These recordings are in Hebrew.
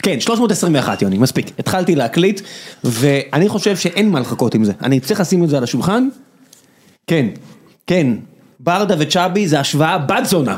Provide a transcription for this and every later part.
כן, 321 יוני, מספיק. התחלתי להקליט, ואני חושב שאין מה לחכות עם זה. אני צריך לשים את זה על השולחן. כן, כן. ברדה וצ'אבי זה השוואה בת זונה.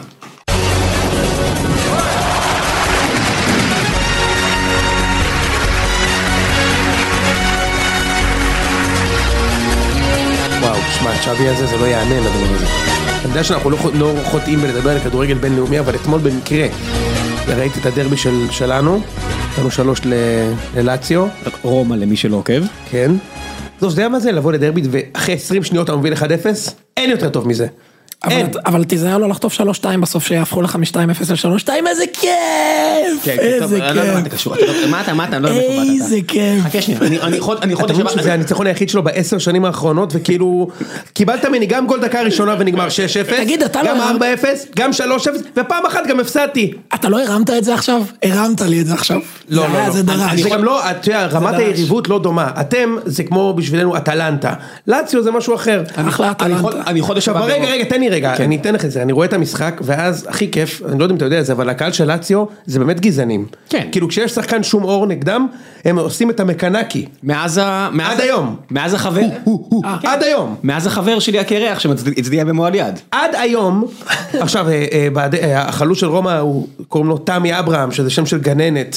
וואו, שמע, צ'אבי הזה זה לא יענה לדבר הזה. אני יודע שאנחנו לא חוטאים בלדבר על כדורגל בינלאומי, אבל אתמול במקרה ראיתי את הדרבי שלנו, נתנו 3 ללאציו. רומא למי שלא עוקב. כן. זו, יודע מה זה? לבוא לדרבי ואחרי 20 שניות אתה מוביל 1-0? אין יותר טוב מזה. אבל תיזהר לו לחטוף 3-2 בסוף שיהפכו לך מ-2-0 ל-3-2, איזה כיף! איזה כיף! מה אתה? איזה כיף! חכה שנייה, אני חודש... זה הניצחון היחיד שלו ב10 שנים האחרונות, וכאילו, קיבלת ממני גם גול דקה ראשונה ונגמר 6-0, גם 4-0, גם 3-0, ופעם אחת גם הפסדתי. אתה לא הרמת את זה עכשיו? הרמת לי את זה עכשיו. לא. זה דרש. זה גם לא, אתה יודע, רמת היריבות לא דומה. אתם, זה כמו בשבילנו אטלנטה. לאציו זה משהו אחר. אחלה אטלנטה. עכשיו, רגע, תן לי רגע, אני אתן לך את זה, אני רואה את המשחק, ואז הכי כיף, אני לא יודע אם אתה יודע את זה, אבל הקהל של לאציו זה באמת גזענים. כן. כאילו כשיש שחקן שום אור נגדם, הם עושים את המקנקי. עד היום. מאז החבר. עד היום. מאז החבר שלי הקרח שהצדיע במועל יד. עד היום, עכשיו, החלוץ של רומא, קוראים לו תמי אברהם, שזה שם של גננת,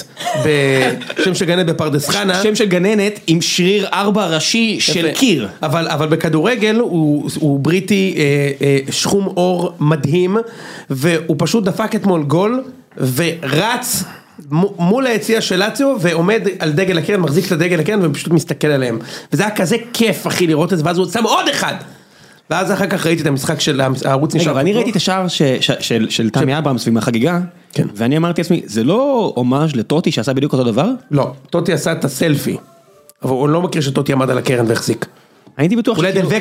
שם של גננת בפרדס חנה. שם של גננת עם שריר 4 ראשי של קיר. אבל בכדורגל הוא בריטי שחום אור מדהים, והוא פשוט דפק אתמול גול, ורץ מול היציאה של לאציו, ועומד על דגל הקרן, מחזיק את הדגל הקרן, ופשוט מסתכל עליהם. וזה היה כזה כיף, אחי, לראות את זה, ואז הוא שם עוד אחד. ואז אחר כך ראיתי את המשחק של הערוץ נשאר. ואני ראיתי את השער של תמי אברהמס ועם החגיגה, ואני אמרתי לעצמי, זה לא הומאז' לטוטי שעשה בדיוק אותו דבר? לא, טוטי עשה את הסלפי, אבל הוא לא מכיר שטוטי עמד על הקרן והחזיק. הייתי בטוח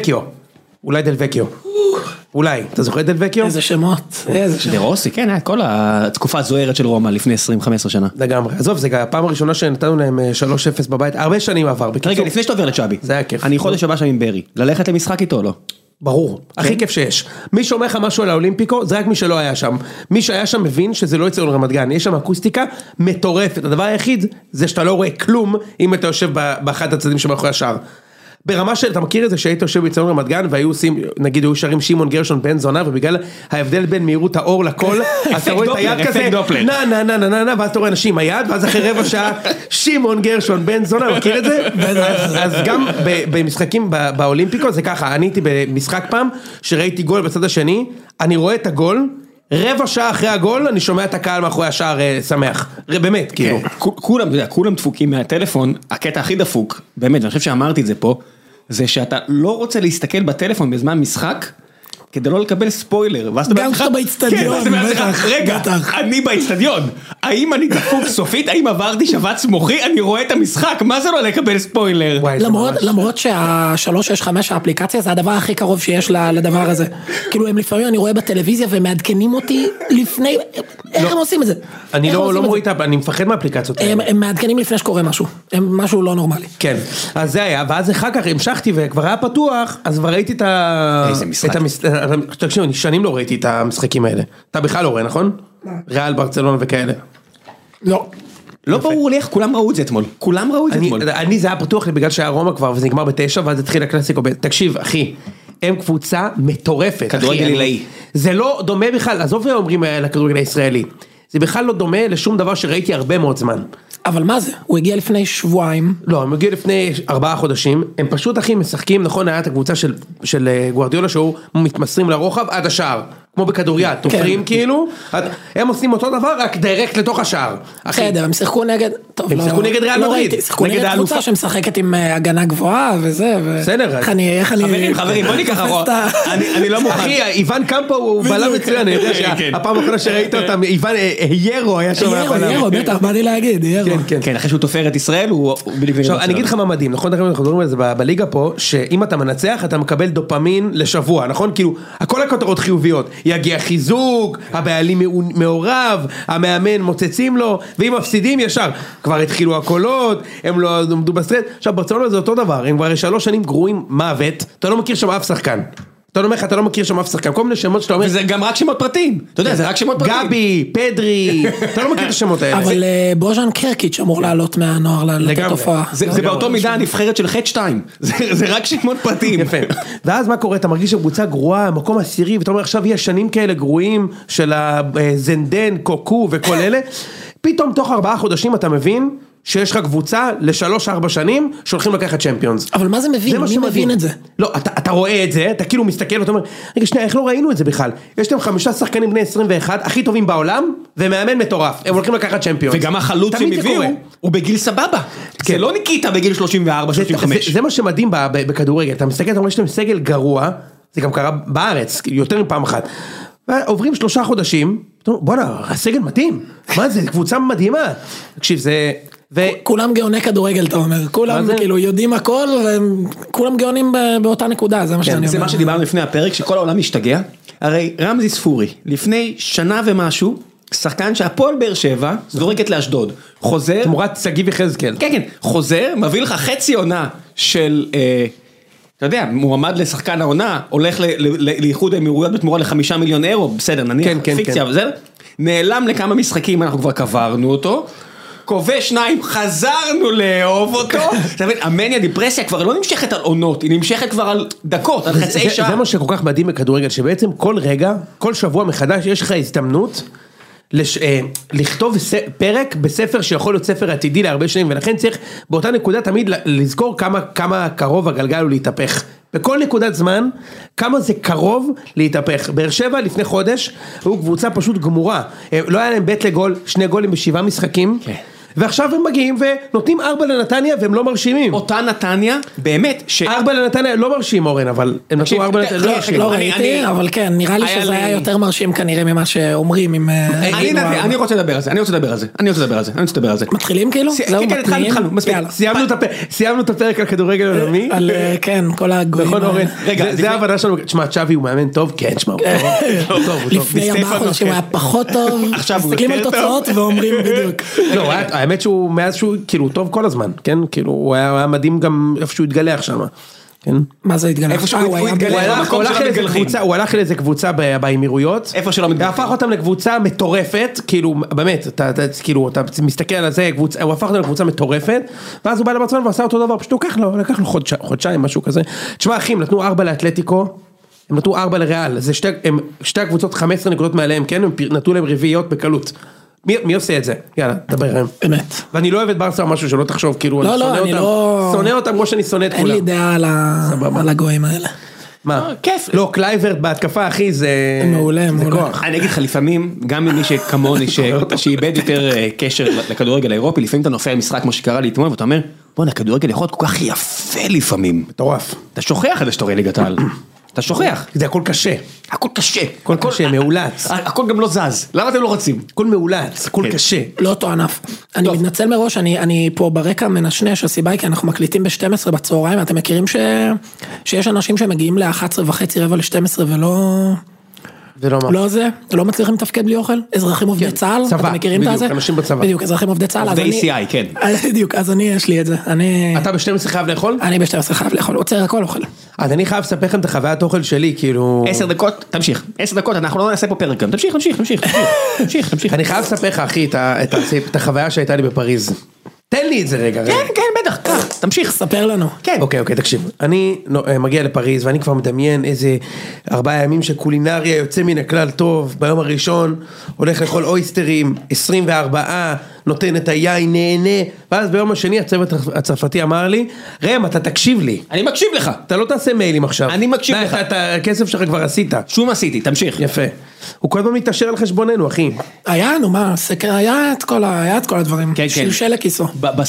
אולי דל וקיו. אולי, אתה זוכר את דל וקיו? איזה שמות. דרוסי, כן, היה כל התקופה הזוהרת של רומא לפני 20-15 שנה. לגמרי, עזוב, זה הפעם הראשונה שנתנו להם 3-0 בבית, הרבה שנים עבר. רגע, לפני שאתה עובר לצ'אבי. זה היה כיף. אני חודש הבא שם עם ברי. ללכת למשחק איתו או לא? ברור, הכי כיף שיש. מי שאומר לך משהו על האולימפיקו, זה רק מי שלא היה שם. מי שהיה שם מבין שזה לא יצא לרמת גן. יש שם אקוסטיקה מטורפת. הדבר היחיד זה שאתה לא רואה כלום אם אתה יושב באחד הצדדים שמאחורי השער. ברמה של, אתה מכיר את זה שהיית יושב בצלון רמת גן, והיו עושים, נגיד, היו שרים שמעון גרשון בן זונה, ובגלל ההבדל בין מהירות האור לכל, אז אתה רואה את היד כזה, נה, ואז אתה רואה אנשים עם היד, ואז אחרי רבע שעה, שמעון גרשון בן זונה, מכיר את זה? אז גם במשחקים באולימפיקו, זה ככה, אני הייתי במשחק פעם, שראיתי גול בצד השני, אני רואה את הגול, רבע שעה אחרי הגול, אני שומע את הקהל מאחורי השער שמח. באמת, כאילו. כולם דפוקים מהטלפון, הקטע הכי דפוק, באמת, אני חושב שאמרתי את זה פה, זה שאתה לא רוצה להסתכל בטלפון בזמן משחק, כדי לא לקבל ספוילר. גם כשאתה באצטדיון. רגע, אני באצטדיון. האם אני דפוק סופית? האם עברתי שבץ מוחי? אני רואה את המשחק. מה זה לא לקבל ספוילר? למרות שה-365 האפליקציה זה הדבר הכי קרוב שיש לדבר הזה. כאילו הם לפעמים אני רואה בטלוויזיה ומעדכנים אותי לפני... איך הם עושים את זה? אני לא רואה איתה, אני מפחד מהאפליקציות האלה. הם מעדכנים לפני שקורה משהו. משהו לא נורמלי. כן. אז זה היה, ואז אחר כך המשכתי וכבר היה פתוח, אז כבר ראיתי את תקשיב, אני שנים לא ראיתי את המשחקים האלה. אתה בכלל לא רואה, נכון? ריאל, ברצלונה וכאלה. לא ברור לי איך כולם ראו את זה אתמול. כולם ראו את זה אתמול. אני זה היה פתוח לי בגלל שהיה רומא כבר, וזה נגמר ב9, ואז התחיל הקלאסיקו. תקשיב, אחי, הם קבוצה מטורפת. כדורגל עילאי. זה לא דומה בכלל, עזוב אומרים לכדורגל הישראלי. זה בכלל לא דומה לשום דבר שראיתי הרבה מאוד זמן. אבל מה זה? הוא הגיע לפני שבועיים. לא, הם הגיעו לפני 4 חודשים. הם פשוט הכי משחקים, נכון, היה את הקבוצה של גוארדיולה, שהוא מתמסרים לרוחב עד השער. כמו בכדוריד, תופרים כאילו. הם עושים אותו דבר, רק דיירקט לתוך השער. בסדר, הם שיחקו נגד... הם שיחקו נגד ריאל מדריד. שיחקו נגד קבוצה שמשחקת עם הגנה גבוהה וזה. בסדר. חברים, בוא ניקח הרוע. אני לא מוכן. אחי, איוון קמפו הוא בלם מצוין. אני יודע שהפעם האחרונה שראית אותם, איוון היירו היה שם. היירו, בטח, באתי להגיד, היירו. כן, אחרי שהוא תופר את ישראל, הוא בדיוק נגד. אני אגיד לך מה מדהים, נכון? אנחנו מדברים על זה בליגה פה, שאם אתה מנצח, אתה מקבל דופמין לשבוע, נכון? כאילו, הכל הכותרות חיוביות. יגיע חיזוק, הבעלים מעורב, המאמן מוצצים לו, ואם מפסידים ישר, כבר התחילו הקולות, הם לא עמדו בסרט. עכשיו, ברצלונה זה אותו דבר, הם כבר 3 שנים גרועים מוות, אתה לא מכיר שם אף שחקן. אתה אומר לך, אתה לא מכיר שם אף שחקן, כל מיני שמות שאתה אומר... וזה גם רק שמות פרטיים, אתה יודע, זה רק שמות פרטיים. גבי, פדרי, אתה לא מכיר את השמות האלה. אבל בוז'אן קרקיץ' אמור לעלות מהנוער לתת הופעה. זה באותו מידה הנבחרת של ח' 2, זה רק שמות פרטיים. יפה. ואז מה קורה? אתה מרגיש שקבוצה גרועה, מקום עשירי, ואתה אומר עכשיו יהיה שנים כאלה גרועים של הזנדן, קוקו וכל אלה, פתאום תוך 4 חודשים אתה מבין שיש לך קבוצה ל3-4 שנים שהולכים לקחת צ'מפיונס. אבל מה זה מבין? מי מבין את זה? לא, אתה רואה את זה, אתה כאילו מסתכל ואתה אומר, רגע שנייה, איך לא ראינו את זה בכלל? יש להם 5 שחקנים בני 21, הכי טובים בעולם, ומאמן מטורף, הם הולכים לקחת צ'מפיונס. וגם החלוץ שהם הביאו, הוא בגיל סבבה. זה לא ניקיטה בגיל 34-35. זה מה שמדהים בכדורגל, אתה מסתכל, אתה אומר, יש להם סגל גרוע, זה גם קרה בארץ, יותר מפעם אחת. עוברים 3 חודשים, בוא'נה, הסגל מתאים, מה זה, קבוצה מדהימה. תקשיב, זה... כולם גאוני כדורגל, אתה אומר, כולם כאילו יודעים הכל, וכולם גאונים באותה נקודה, זה מה שאני אומר. זה מה שדיברנו לפני הפרק, שכל העולם משתגע, הרי רמזי ספורי, לפני שנה ומשהו, שחקן שהפועל באר שבע, זורקת לאשדוד, חוזר, תמורת סגיב יחזקאל. כן, חוזר, מביא לך חצי עונה של, אתה יודע, מועמד לשחקן העונה, הולך לאיחוד האמירויות בתמורה ל5 מיליון אירו, בסדר, נניח, פיקציה וזה, נעלם לכמה משחקים, אנחנו כבר קברנו אותו, כובש 2, חזרנו לאהוב אותו, המניה דיפרסיה כבר לא נמשכת על עונות, היא נמשכת כבר על דקות, על חצי שעה. זה מה שכל כך מדהים בכדורגל, שבעצם כל רגע, כל שבוע מחדש, יש לך הזדמנות לכתוב פרק בספר שיכול להיות ספר עתידי להרבה שנים, ולכן צריך באותה נקודה תמיד לזכור כמה קרוב הגלגל הוא להתהפך. בכל נקודת זמן, כמה זה קרוב להתהפך. באר שבע לפני חודש, היו קבוצה פשוט גמורה. לא היה להם בית לגול, 2 גולים ב7 משחקים. ועכשיו הם מגיעים ונותנים 4 לנתניה והם לא מרשימים. אותה נתניה, באמת, 4 לנתניה לא מרשים אורן, אבל הם נתנו 4 לנתניה, לא מרשים. לא ראיתי, אבל כן, נראה לי שזה היה יותר מרשים כנראה ממה שאומרים. אני רוצה לדבר על זה. מתחילים כאילו? כן, התחלנו, מספיק. סיימנו את הפרק על כדורגל עולמי. כן, כל הגויים. נכון אורן, זה ההבנה שלנו, תשמע, צ'אבי הוא מאמן טוב? כן, תשמע, הוא טוב. לפני 4 חודשים הוא היה פחות טוב, מסתכלים על תוצאות ואומרים בדיוק. לא, האמת שהוא מאז שהוא כאילו טוב כל הזמן, כן? כאילו הוא היה מדהים גם איפה שהוא התגלח שם, כן? מה זה התגלח? הוא הלך לאיזה קבוצה באמירויות, איפה שלא מתגלח. והפך אותם לקבוצה מטורפת, כאילו באמת, אתה מסתכל על זה, הוא הפך אותם לקבוצה מטורפת, ואז הוא בא לברצלונה ועשה אותו דבר, פשוט הוא לקח לו חודשיים, משהו כזה. תשמע אחים, נתנו 4 לאתלטיקו, הם נתנו 4 לריאל, זה שתי הקבוצות 15 נקודות מעליהם, כן? הם נתנו להם רביעיות בקלות. מי עושה את זה? יאללה, דבר עליהם. באמת. ואני לא אוהב את ברסה או משהו שלא תחשוב, כאילו, אני שונא אותם כמו שאני שונא את כולם. אין לי דעה על הגויים האלה. מה? כיף. לא, קלייברט בהתקפה, אחי, זה... מעולה, מעולה. כוח. אני אגיד לך, לפעמים, גם ממי שכמוני, שאיבד יותר קשר לכדורגל האירופי, לפעמים אתה נופל משחק כמו שקרה לי אתמול, ואתה אומר, בוא'נה, הכדורגל יכול להיות כל כך יפה לפעמים. מטורף. אתה שוכח את זה שאתה רואה ליגת העל. אתה שוכח. זה הכל קשה. הכל קשה. הכל קשה, מאולץ. הכל גם לא זז. למה אתם לא רוצים? הכל מאולץ, הכל קשה. לא אותו ענף. אני מתנצל מראש, אני פה ברקע מנשנש, הסיבה היא כי אנחנו מקליטים ב-12 בצהריים, ואתם מכירים שיש אנשים שמגיעים ל-11:30 רבע ל-12 ולא... לא זה, לא מצליחים לתפקד בלי אוכל, אזרחים עובדי צה"ל, אתם מכירים את זה? אנשים בצבא. בדיוק, אזרחים עובדי צה"ל. עובדי ECI, כן. בדיוק, אז יש לי את זה. אתה ב-12 חייב לאכול? אני ב-12 חייב לאכול, עוצר הכל אוכל. אז אני חייב לספר לכם את החוויית אוכל שלי, כאילו... 10 דקות, תמשיך. 10 דקות, אנחנו לא נעשה פה פרק גם. תמשיך. אני חייב לספר לך, אחי, את החוויה שהייתה לי בפריז. תן לי את זה רגע. כן, בטח, תמשיך. ספר לנו. כן. אוקיי, תקשיב. אני מגיע לפריז, ואני כבר מדמיין איזה 4 ימים של קולינריה יוצא מן הכלל טוב, ביום הראשון, הולך לאכול אויסטרים, 24, נותן את היין, נהנה, ואז ביום השני הצוות הצרפתי אמר לי, רם, אתה תקשיב לי. אני מקשיב לך. אתה לא תעשה מיילים עכשיו. אני מקשיב לך. את הכסף שלך כבר עשית. שום עשיתי, תמשיך. יפה. הוא כל הזמן מתעשר על חשבוננו, אחי. היה, נו מה, היה את כל הדברים. כן. שלשל לכיסו.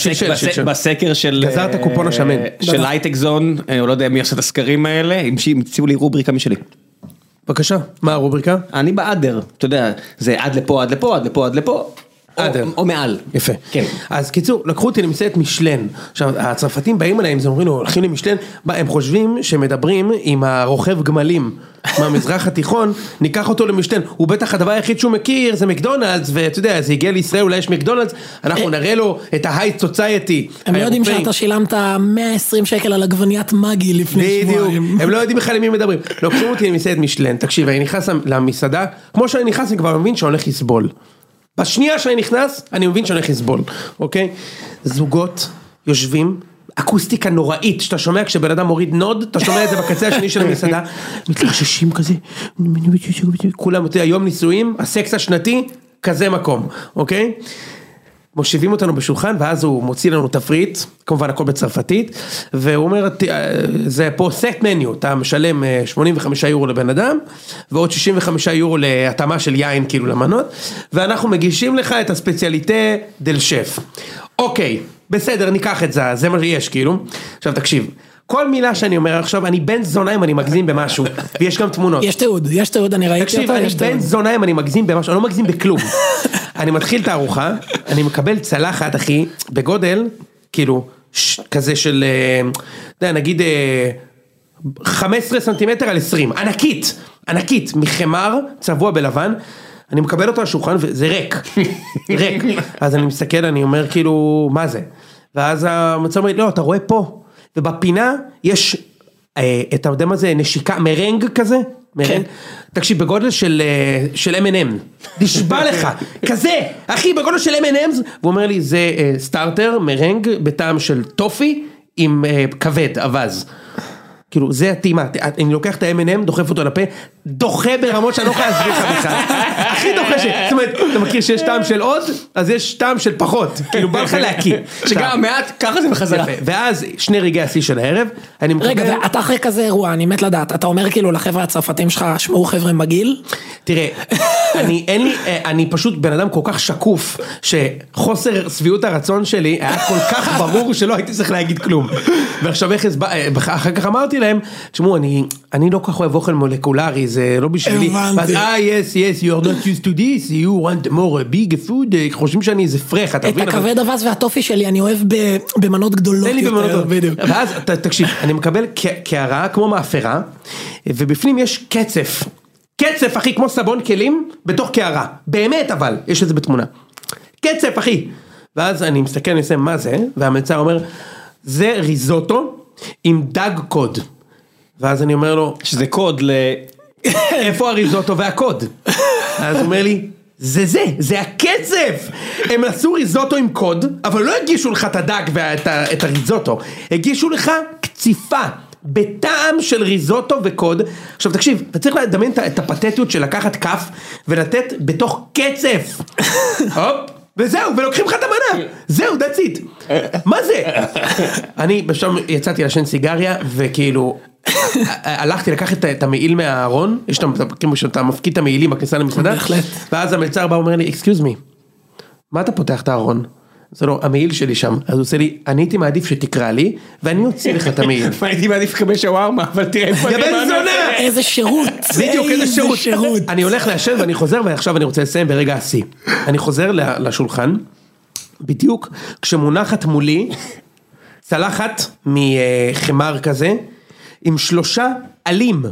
בסקר של... גזרת קופון השמן. של הייטקזון, הוא לא יודע מי עושה את הסקרים האלה, המציאו לי רובריקה משלי. בבקשה, מה הרובריקה? אני באדר, אתה יודע, זה עד לפה, עד לפה, עד לפה, עד לפה. או מעל. יפה. כן. אז קיצור, לקחו אותי למסעדת משלן. עכשיו, הצרפתים באים אליהם, הם אומרים לו, הולכים למשלן, הם חושבים שמדברים עם הרוכב גמלים מהמזרח התיכון, ניקח אותו למשלן. הוא בטח הדבר היחיד שהוא מכיר, זה מקדונלדס, ואתה יודע, זה הגיע לישראל, אולי יש מקדונלדס, אנחנו נראה לו את ה-high society. הם לא יודעים שאתה שילמת 120 שקל על עגבניית מגי לפני שבועיים. הם לא יודעים בכלל למי מדברים. לוקחים אותי למסעדת משלן, תקשיב, אני נכנס למסעדה, כמו שאני נכנס, אני כבר מבין שאני הולך לסבול. בשנייה שאני נכנס, אני מבין שאני הולך לסבול, אוקיי? זוגות יושבים, אקוסטיקה נוראית, שאתה שומע כשבן אדם מוריד נוד, אתה שומע את זה בקצה השני של המסעדה, מתלחששים כזה, כולם, היום נישואים, הסקס השנתי, כזה מקום, אוקיי? מושיבים אותנו בשולחן, ואז הוא מוציא לנו תפריט, כמובן הכל בצרפתית, והוא אומר, זה פה סט מניו, אתה משלם 85 יורו לבן אדם, ועוד 65 יורו להתאמה של יין כאילו למנות, ואנחנו מגישים לך את הספציאליטה דל שף. אוקיי, בסדר, ניקח את זה, זה מה שיש כאילו. עכשיו תקשיב, כל מילה שאני אומר עכשיו, אני בן זונה אם אני מגזים במשהו, ויש גם תמונות. יש תיעוד, אני ראיתי אותו. תקשיב, אני בן זונה אם אני מגזים במשהו, אני לא מגזים בכלום. אני מתחיל את הארוחה, אני מקבל צלחת, אחי, בגודל, כאילו, כזה של, נגיד, 15 סנטימטר על 20, ענקית, מחמר, צבוע בלבן, אני מקבל אותו על השולחן, וזה ריק. אז אני מסתכל, אני אומר, כאילו, מה זה? ואז המצב אומר, לא, אתה רואה פה, ובפינה יש, אתה יודע מה זה, נשיקה, מרנג כזה? מרנג? תקשיב, בגודל של M&M, נשבע לך, כזה, אחי, בגודל של M&M, והוא אומר לי, זה סטארטר, מרנג, בטעם של טופי, עם כבד, אבז. כאילו, זה הטעימה, אני לוקח את ה-M&M, דוחף אותו לפה, דוחה ברמות שאני לא יכולה להסביר לך בכלל, הכי דוחה זאת אומרת, אתה מכיר שיש טעם של עוד, אז יש טעם של פחות, כאילו בא לך להקיא. שגם מעט, ככה זה בחזרה. ואז שני רגעי השיא של הערב, אני מקבל... רגע, ואתה אחרי כזה אירוע, אני מת לדעת, אתה אומר כאילו לחבר'ה הצרפתים שלך, שמעו חבר'ה מגיל? תראה, אני פשוט בן אדם כל כך שקוף, שחוסר סביעות הרצון שלי היה כל כך ברור שלא הייתי צריך להגיד כלום. ועכשיו אחר כך אמרתי להם, תשמעו, אני לא כך אוהב אוכל מולקולרי, זה לא בשבילי. הבנתי. yes, you are not used to this, you want more big food, חושבים שאני איזה פרח, אתה מבין? את הכבד אבז והטופי שלי, אני אוהב במנות גדולות יותר. ואז, תקשיב, אני מקבל קערה כמו מאפרה, ובפנים יש קצף, אחי, כמו סבון כלים, בתוך קערה. באמת, אבל, יש את זה בתמונה. קצף, אחי. ואז אני מסתכל, אני עושה, מה זה? והמלצר אומר, זה ריזוטו עם דג קוד. ואז אני אומר לו, שזה קוד איפה הריזוטו והקוד? אז הוא אומר לי, זה הקצף. הם עשו ריזוטו עם קוד, אבל לא הגישו לך את הדג ואת הריזוטו. הגישו לך קציפה. בטעם של ריזוטו וקוד. עכשיו תקשיב, אתה צריך לדמיין את הפתטיות של לקחת כף ולתת בתוך קצף. הופ, וזהו, ולוקחים לך את המנה. זהו, that's it. מה זה? אני בשם יצאתי לשן סיגריה, וכאילו, הלכתי לקחת את המעיל מהארון, יש אתה מפקיד את המעילים בכניסה למסעדה, ואז המלצר בא ואומר לי, excuse me, מה אתה פותח את הארון? זה לא, המעיל שלי שם, אז הוא עושה לי, אני הייתי מעדיף שתקרא לי, ואני אוציא לך את המעיל. הייתי מעדיף לקבל שווארמה, אבל תראה איפה אני גבל זונה! איזה שירות. בדיוק, איזה שירות. אני הולך לאשר ואני חוזר, ועכשיו אני רוצה לסיים ברגע השיא. אני חוזר לשולחן, בדיוק כשמונחת מולי, צלחת מחמר כזה, עם 3 עלים.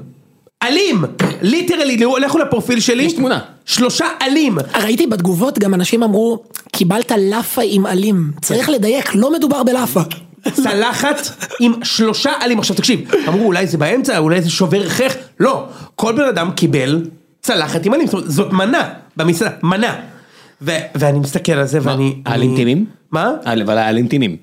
ליטרלי, לכו לפרופיל שלי. יש תמונה. 3 עלים. ראיתי בתגובות, גם אנשים אמרו, קיבלת לאפה עם עלים. צריך לדייק, לא מדובר בלאפה. צלחת עם 3 עלים. עכשיו תקשיב, אמרו אולי זה באמצע, אולי זה שובר חך. לא, כל בן אדם קיבל צלחת עם עלים. זאת מנה, במסעדה, מנה. ואני מסתכל על זה ואני... העלים טינים? מה? אבל העלים טינים.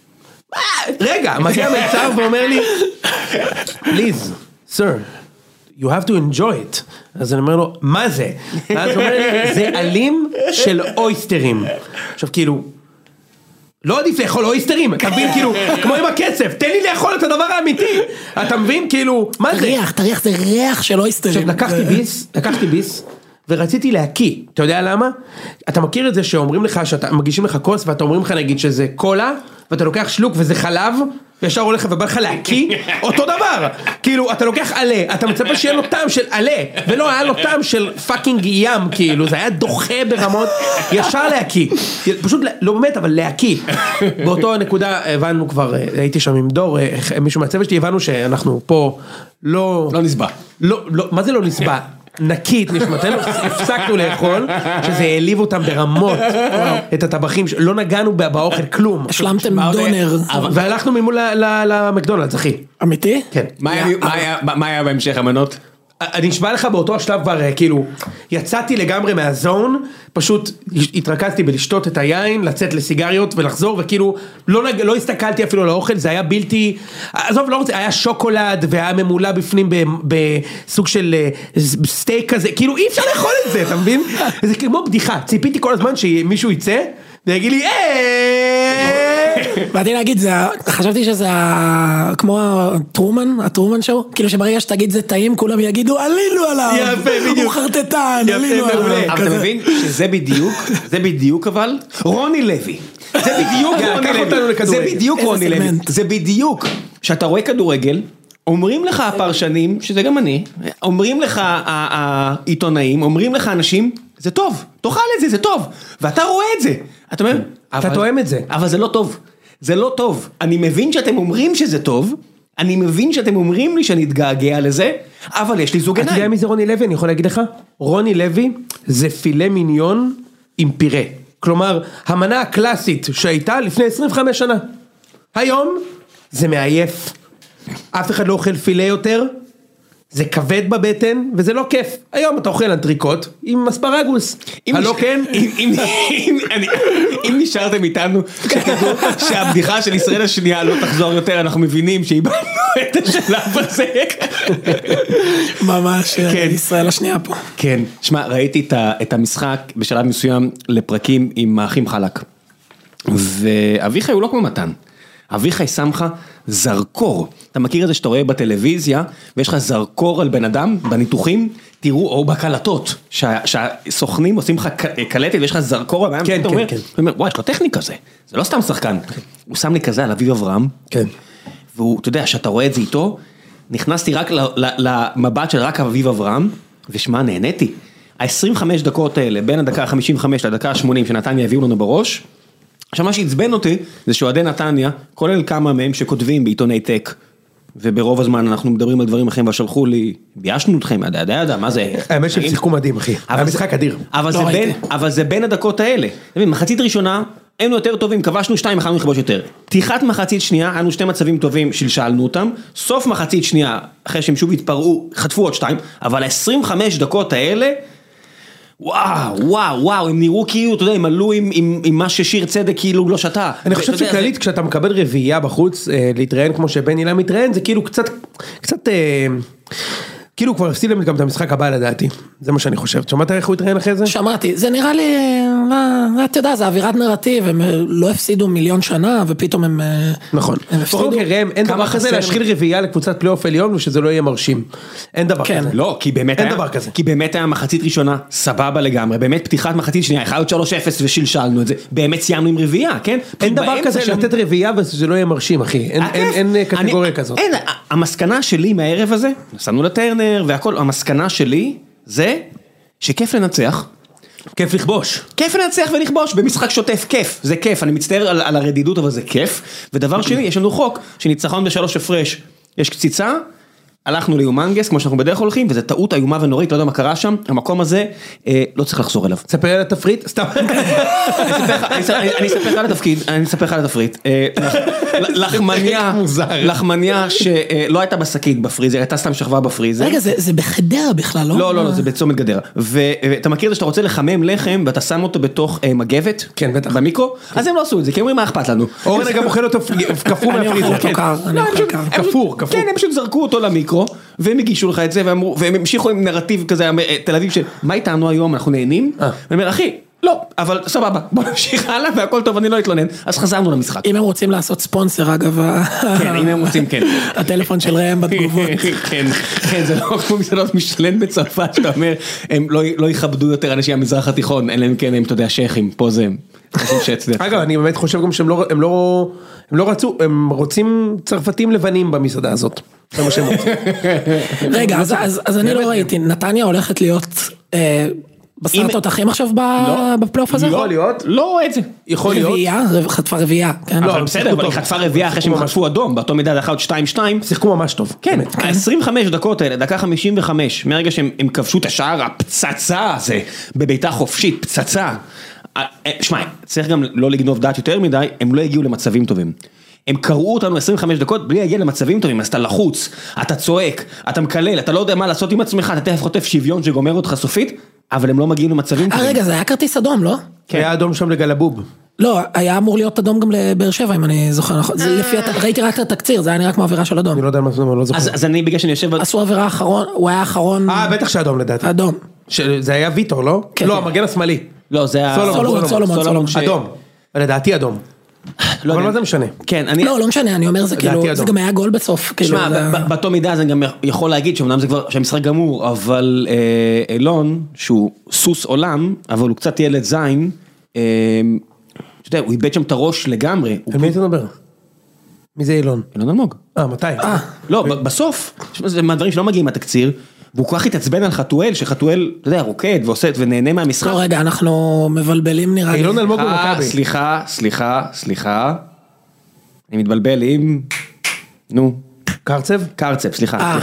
רגע, מגיע המלצר ואומר לי, please, sir, you have to enjoy it. אז אני אומר לו, מה זה? ואז הוא אומר לי, זה עלים של אויסטרים. עכשיו כאילו, לא עדיף לאכול אויסטרים, אתה מבין כאילו, כמו עם הקצף, תן לי לאכול את הדבר האמיתי. אתה מבין כאילו, מה זה? תריח, זה ריח של אויסטרים. עכשיו לקחתי ביס, ורציתי להקיא, אתה יודע למה? אתה מכיר את זה שאומרים לך, מגישים לך כוס, ואתה אומרים לך נגיד שזה קולה, ואתה לוקח שלוק וזה חלב, וישר הולך ובא לך להקיא, אותו דבר, כאילו אתה לוקח עלה, אתה מצפה שיהיה לו טעם של עלה, ולא היה לו טעם של פאקינג ים, כאילו זה היה דוחה ברמות, ישר להקיא, פשוט לא באמת אבל להקיא, באותו נקודה הבנו כבר, הייתי שם עם דור, מישהו מהצוות שלי, הבנו שאנחנו פה לא נסבע, מה זה לא נסבע? נקית נשמתנו, הפסקנו לאכול, שזה העליב אותם ברמות, את הטבחים, לא נגענו באוכל כלום. השלמתם דונר. והלכנו ממול למקדונלדס, אחי. אמיתי? כן. מה היה בהמשך המנות? אני נשבע לך באותו השלב כבר, כאילו, יצאתי לגמרי מהזון, פשוט התרכזתי בלשתות את היין, לצאת לסיגריות ולחזור, וכאילו, לא הסתכלתי אפילו על האוכל, זה היה בלתי, עזוב, לא רוצה, היה שוקולד, והיה ממולא בפנים בסוג של סטייק כזה, כאילו, אי אפשר לאכול את זה, אתה מבין? זה כמו בדיחה, ציפיתי כל הזמן שמישהו יצא, ויגיד לי, באתי להגיד, חשבתי שזה כמו הטרומן שואו, כאילו שברגע שתגיד זה טעים, כולם יגידו, עלינו עליו, יפה, בדיוק. הוא חרטטן, עלינו עליו. אבל אתה מבין שזה בדיוק אבל, רוני לוי, זה בדיוק רוני לוי, זה בדיוק, שאתה רואה כדורגל, אומרים לך הפרשנים, שזה גם אני, אומרים לך העיתונאים, אומרים לך אנשים, זה טוב, תאכל את זה, זה טוב, ואתה רואה את זה, אתה אומר, אתה תואם את זה. אבל זה לא טוב, זה לא טוב, אני מבין שאתם אומרים שזה טוב, אני מבין שאתם אומרים לי שאני אתגעגע לזה, אבל יש לי זוג עיניים. אתה יודע מי זה רוני לוי? אני יכול להגיד לך? רוני לוי זה פילה מיניון עם פירה, כלומר, המנה הקלאסית שהייתה לפני 25 שנה, היום זה מעייף, אף אחד לא אוכל פילה יותר, זה כבד בבטן, וזה לא כיף. היום אתה אוכל אנטריקוט עם אספרגוס. הלא כן? אם נשארתם איתנו, שתדעו שהבדיחה של ישראל השנייה לא תחזור יותר, אנחנו מבינים שאיבדנו את השלב הזה. ממש, ישראל השנייה פה. כן. שמע, ראיתי את המשחק בשלב מסוים לפרקים עם האחים חלק. ואביחי הוא לא כמו מתן. אביחי שם לך זרקור, אתה מכיר את זה שאתה רואה בטלוויזיה, ויש לך זרקור על בן אדם, בניתוחים, תראו, או בקלטות, שהסוכנים עושים לך קלטת, ויש לך זרקור, כן, כן, כן. הוא אומר, וואי, יש לו טכניקה זה, זה לא סתם שחקן, הוא שם לי כזה על אביב אברהם, כן. והוא, אתה יודע, שאתה רואה את זה איתו, נכנסתי רק למבט של רק אביב אברהם, ושמה, נהניתי, ה-25 דקות האלה, בין הדקה ה-55 לדקה ה-80, שנתניה הביאו לנו בראש, עכשיו מה שהצבן אותי, זה שאוהדי נתניה, כולל כמה מהם שכותבים בעיתוני טק, וברוב הזמן אנחנו מדברים על דברים אחרים, ושלחו לי, ביישנו אתכם, ידע, מה זה? האמת שהם שיחקו מדהים, אחי. היה משחק אדיר. אבל זה בין הדקות האלה. מחצית ראשונה, היינו יותר טובים, כבשנו 2, יכלנו לכבוש יותר. פתיחת מחצית שנייה, היינו 2 מצבים טובים, שלשלנו אותם. סוף מחצית שנייה, אחרי שהם שוב התפרעו, חטפו עוד 2, אבל 25 דקות האלה, וואו, הם נראו כאילו, אתה יודע, הם עלו עם מה ששיר צדק כאילו לא שתה. אני חושב שכללית, כשאתה מקבל רביעייה בחוץ, להתראיין כמו שבן אילם מתראיין, זה כאילו קצת, כאילו כבר הפסיד להם גם את המשחק הבא לדעתי, זה מה שאני חושב. שמעת איך הוא התראיין אחרי זה? שמעתי, זה נראה לי, אתה יודע, זה אווירת נרטיב, הם לא הפסידו 1,000,000 שנה, ופתאום הם... נכון. אין דבר כזה להשחיל רביעייה לקבוצת פלייאוף עליון, ושזה לא יהיה מרשים. אין דבר כזה. לא, כי באמת היה מחצית ראשונה, סבבה לגמרי, באמת פתיחת מחצית שנייה, 1-3-0 ושלשלנו את זה, באמת סיימנו עם רביעייה, כן? אין דבר כזה לתת רביעייה ושזה לא יהיה מרשים, אחי. אין קטגוריה כזאת. המסקנה שלי מהערב הזה, נסענו לטרנר והכל, המסקנה שלי זה שכיף לנצח. כיף לכבוש. כיף לנצח ולכבוש, במשחק שוטף, כיף, זה כיף, אני מצטער על הרדידות, אבל זה כיף. ודבר שני, יש לנו חוק, שניצחון ב3 הפרש, יש קציצה, הלכנו ליומנגס, כמו שאנחנו בדרך הולכים, וזו טעות איומה ונורית, לא יודע מה קרה שם, המקום הזה לא צריך לחזור אליו. תספר על התפריט, סתם. אני אספר לך על התפריט. לחמניה שלא הייתה בשקית בפריזר, הייתה סתם שכבה בפריזר. רגע, זה בחדרה בכלל, לא? לא, זה בצומת גדרה. ואתה מכיר את זה שאתה רוצה לחמם לחם, ואתה שם אותו בתוך מגבת? כן, בטח. במיקרו? אז הם לא עשו את זה, כי אומרים מה אכפת לנו. אורן גם אוכל אותו כפור מהפריזר. כפור. כן, הם פשוט זרקו אותו למיקרו, והם הגישו לך את זה, והם המשיכו עם נרטיב כזה, תל אביב של, מה איתנו היום, אנחנו נהנים? ואני אומר, אחי, לא, אבל סבבה, בוא נמשיך הלאה, והכל טוב, אני לא אתלונן, אז חזרנו למשחק. אם הם רוצים לעשות ספונסר, אגב, כן, אם הם רוצים, כן. הטלפון של ראם בתגובות. כן, זה לא כמו מסעדות משלן בצרפת, שאתה אומר, הם לא יכבדו יותר אנשים מהמזרח התיכון, אלא אם כן הם, אתה יודע, שייכים, פה זה אגב, אני באמת חושב גם שהם לא רצו, הם רוצים צרפתים לבנים במסעדה הזאת. זה מה שהם רוצים. רגע, אז אני לא ראיתי, נתניה הולכת להיות בשר תותחים עכשיו בפלייאוף הזה? יכול להיות. לא רואה את זה. יכול להיות. רביעייה, חטפה רביעייה. אבל בסדר, אבל היא חטפה רביעייה אחרי שהם חטפו אדום, באותו מידה זה 1-2-2. שיחקו ממש טוב. כן, ה-25 דקות האלה, דקה 55, מהרגע שהם כבשו את השער, הפצצה הזה, בביתה חופשית, פצצה. שמע, צריך גם לא לגנוב דעת יותר מדי, הם לא הגיעו למצבים טובים. הם קראו אותנו 25 דקות בלי להגיע למצבים טובים, אז אתה לחוץ, אתה צועק, אתה מקלל, אתה לא יודע מה לעשות עם עצמך, אתה תכף חוטף שוויון שגומר אותך סופית, אבל הם לא מגיעים למצבים טובים. רגע, זה היה כרטיס אדום, לא? היה אדום שם לגלבוב. לא, היה אמור להיות אדום גם לבאר שבע, אם אני זוכר נכון. ראיתי רק את התקציר, זה היה נראה כמו עבירה של אדום. אני לא יודע מה זה, אני לא זוכר. אז אני בגלל שאני יושב... עשו עבירה האחרון, הוא היה האחרון... בטח שאדום לדעתי. אדום. זה היה ויטור, לא? לא, המגן השמאלי. לא, זה היה... סולומון. אדום. לדעתי אדום. אבל מה זה משנה? כן, אני... לא משנה, אני אומר, זה כאילו, זה גם היה גול בסוף. שמע, באותו מידע זה גם יכול להגיד שאומנם זה כבר, שהמשחק גמור, אבל אילון, שהוא סוס עולם, אבל הוא קצת ילד זין, אתה יודע, הוא איבד שם את הראש לגמרי. על מי אתה מדבר? מי זה אילון? אילון אלמוג. מתי? לא, בסוף, זה מהדברים שלא מגיעים מהתקציר, והוא כל כך התעצבן על חתואל, שחתואל, אתה יודע, רוקד ועושה ונהנה מהמשחק. לא, רגע, אנחנו מבלבלים נראה לי. אילון אלמוג במכבי. סליחה. אני מתבלבל עם... נו. קרצב, סליחה,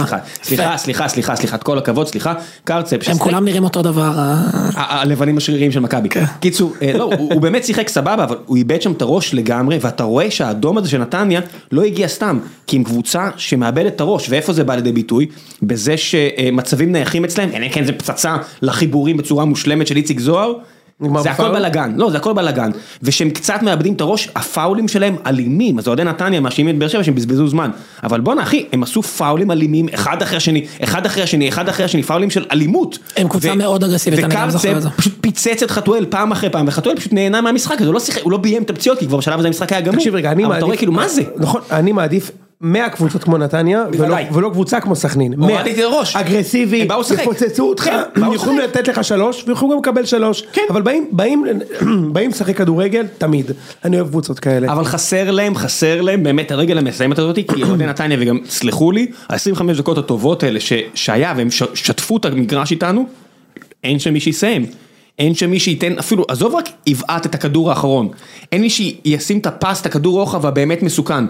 כל הכבוד, סליחה, קרצב. הם כולם נראים אותו דבר. הלבנים השריריים של מכבי. קיצור, לא, הוא באמת שיחק סבבה, אבל הוא איבד שם את הראש לגמרי, ואתה רואה שהאדום הזה של נתניה לא הגיע סתם, כי עם קבוצה שמאבדת את הראש, ואיפה זה בא לידי ביטוי? בזה שמצבים נייחים אצלהם, כן, זה פצצה לחיבורים בצורה מושלמת של איציק זוהר, זה הכל בלגן, לא, זה הכל בלגן, ושהם קצת מאבדים את הראש, הפאולים שלהם אלימים, אז אוהדי נתניה מאשימים את באר שבע שהם בזבזו זמן, אבל בוא אחי, הם עשו פאולים אלימים, אחד אחרי השני, פאולים של אלימות. הם קבוצה מאוד אגרסיבית, אני גם זוכר את זה. פשוט פיצץ את חתואל פעם אחרי פעם, וחתואל פשוט נהנה מהמשחק, הוא לא ביים את הפציעות, כי כבר בשלב הזה המשחק היה גמור. תקשיב רגע, אני מעדיף, אבל אתה רואה כאילו, מה זה? נכון, אני מעדיף 100 קבוצות כמו נתניה, ולא קבוצה כמו סכנין. הורדתי את הראש. אגרסיבי, יפוצצו אותך, הם יכולים לתת לך 3, ויכולים גם לקבל 3. אבל באים לשחק כדורגל, תמיד. אני אוהב קבוצות כאלה. אבל חסר להם, באמת הרגל המסיימת הזאת, כי אוהדי נתניה, וגם סלחו לי, ה-25 דקות הטובות האלה שהיה, והם שטפו את המגרש איתנו, אין שם מי שיסיים. אין שם מי שייתן, אפילו, עזוב רק יבעט את הכדור האחרון. אין מי שישים את הפס, את הכדור רוחב, והבאמת מסוכן.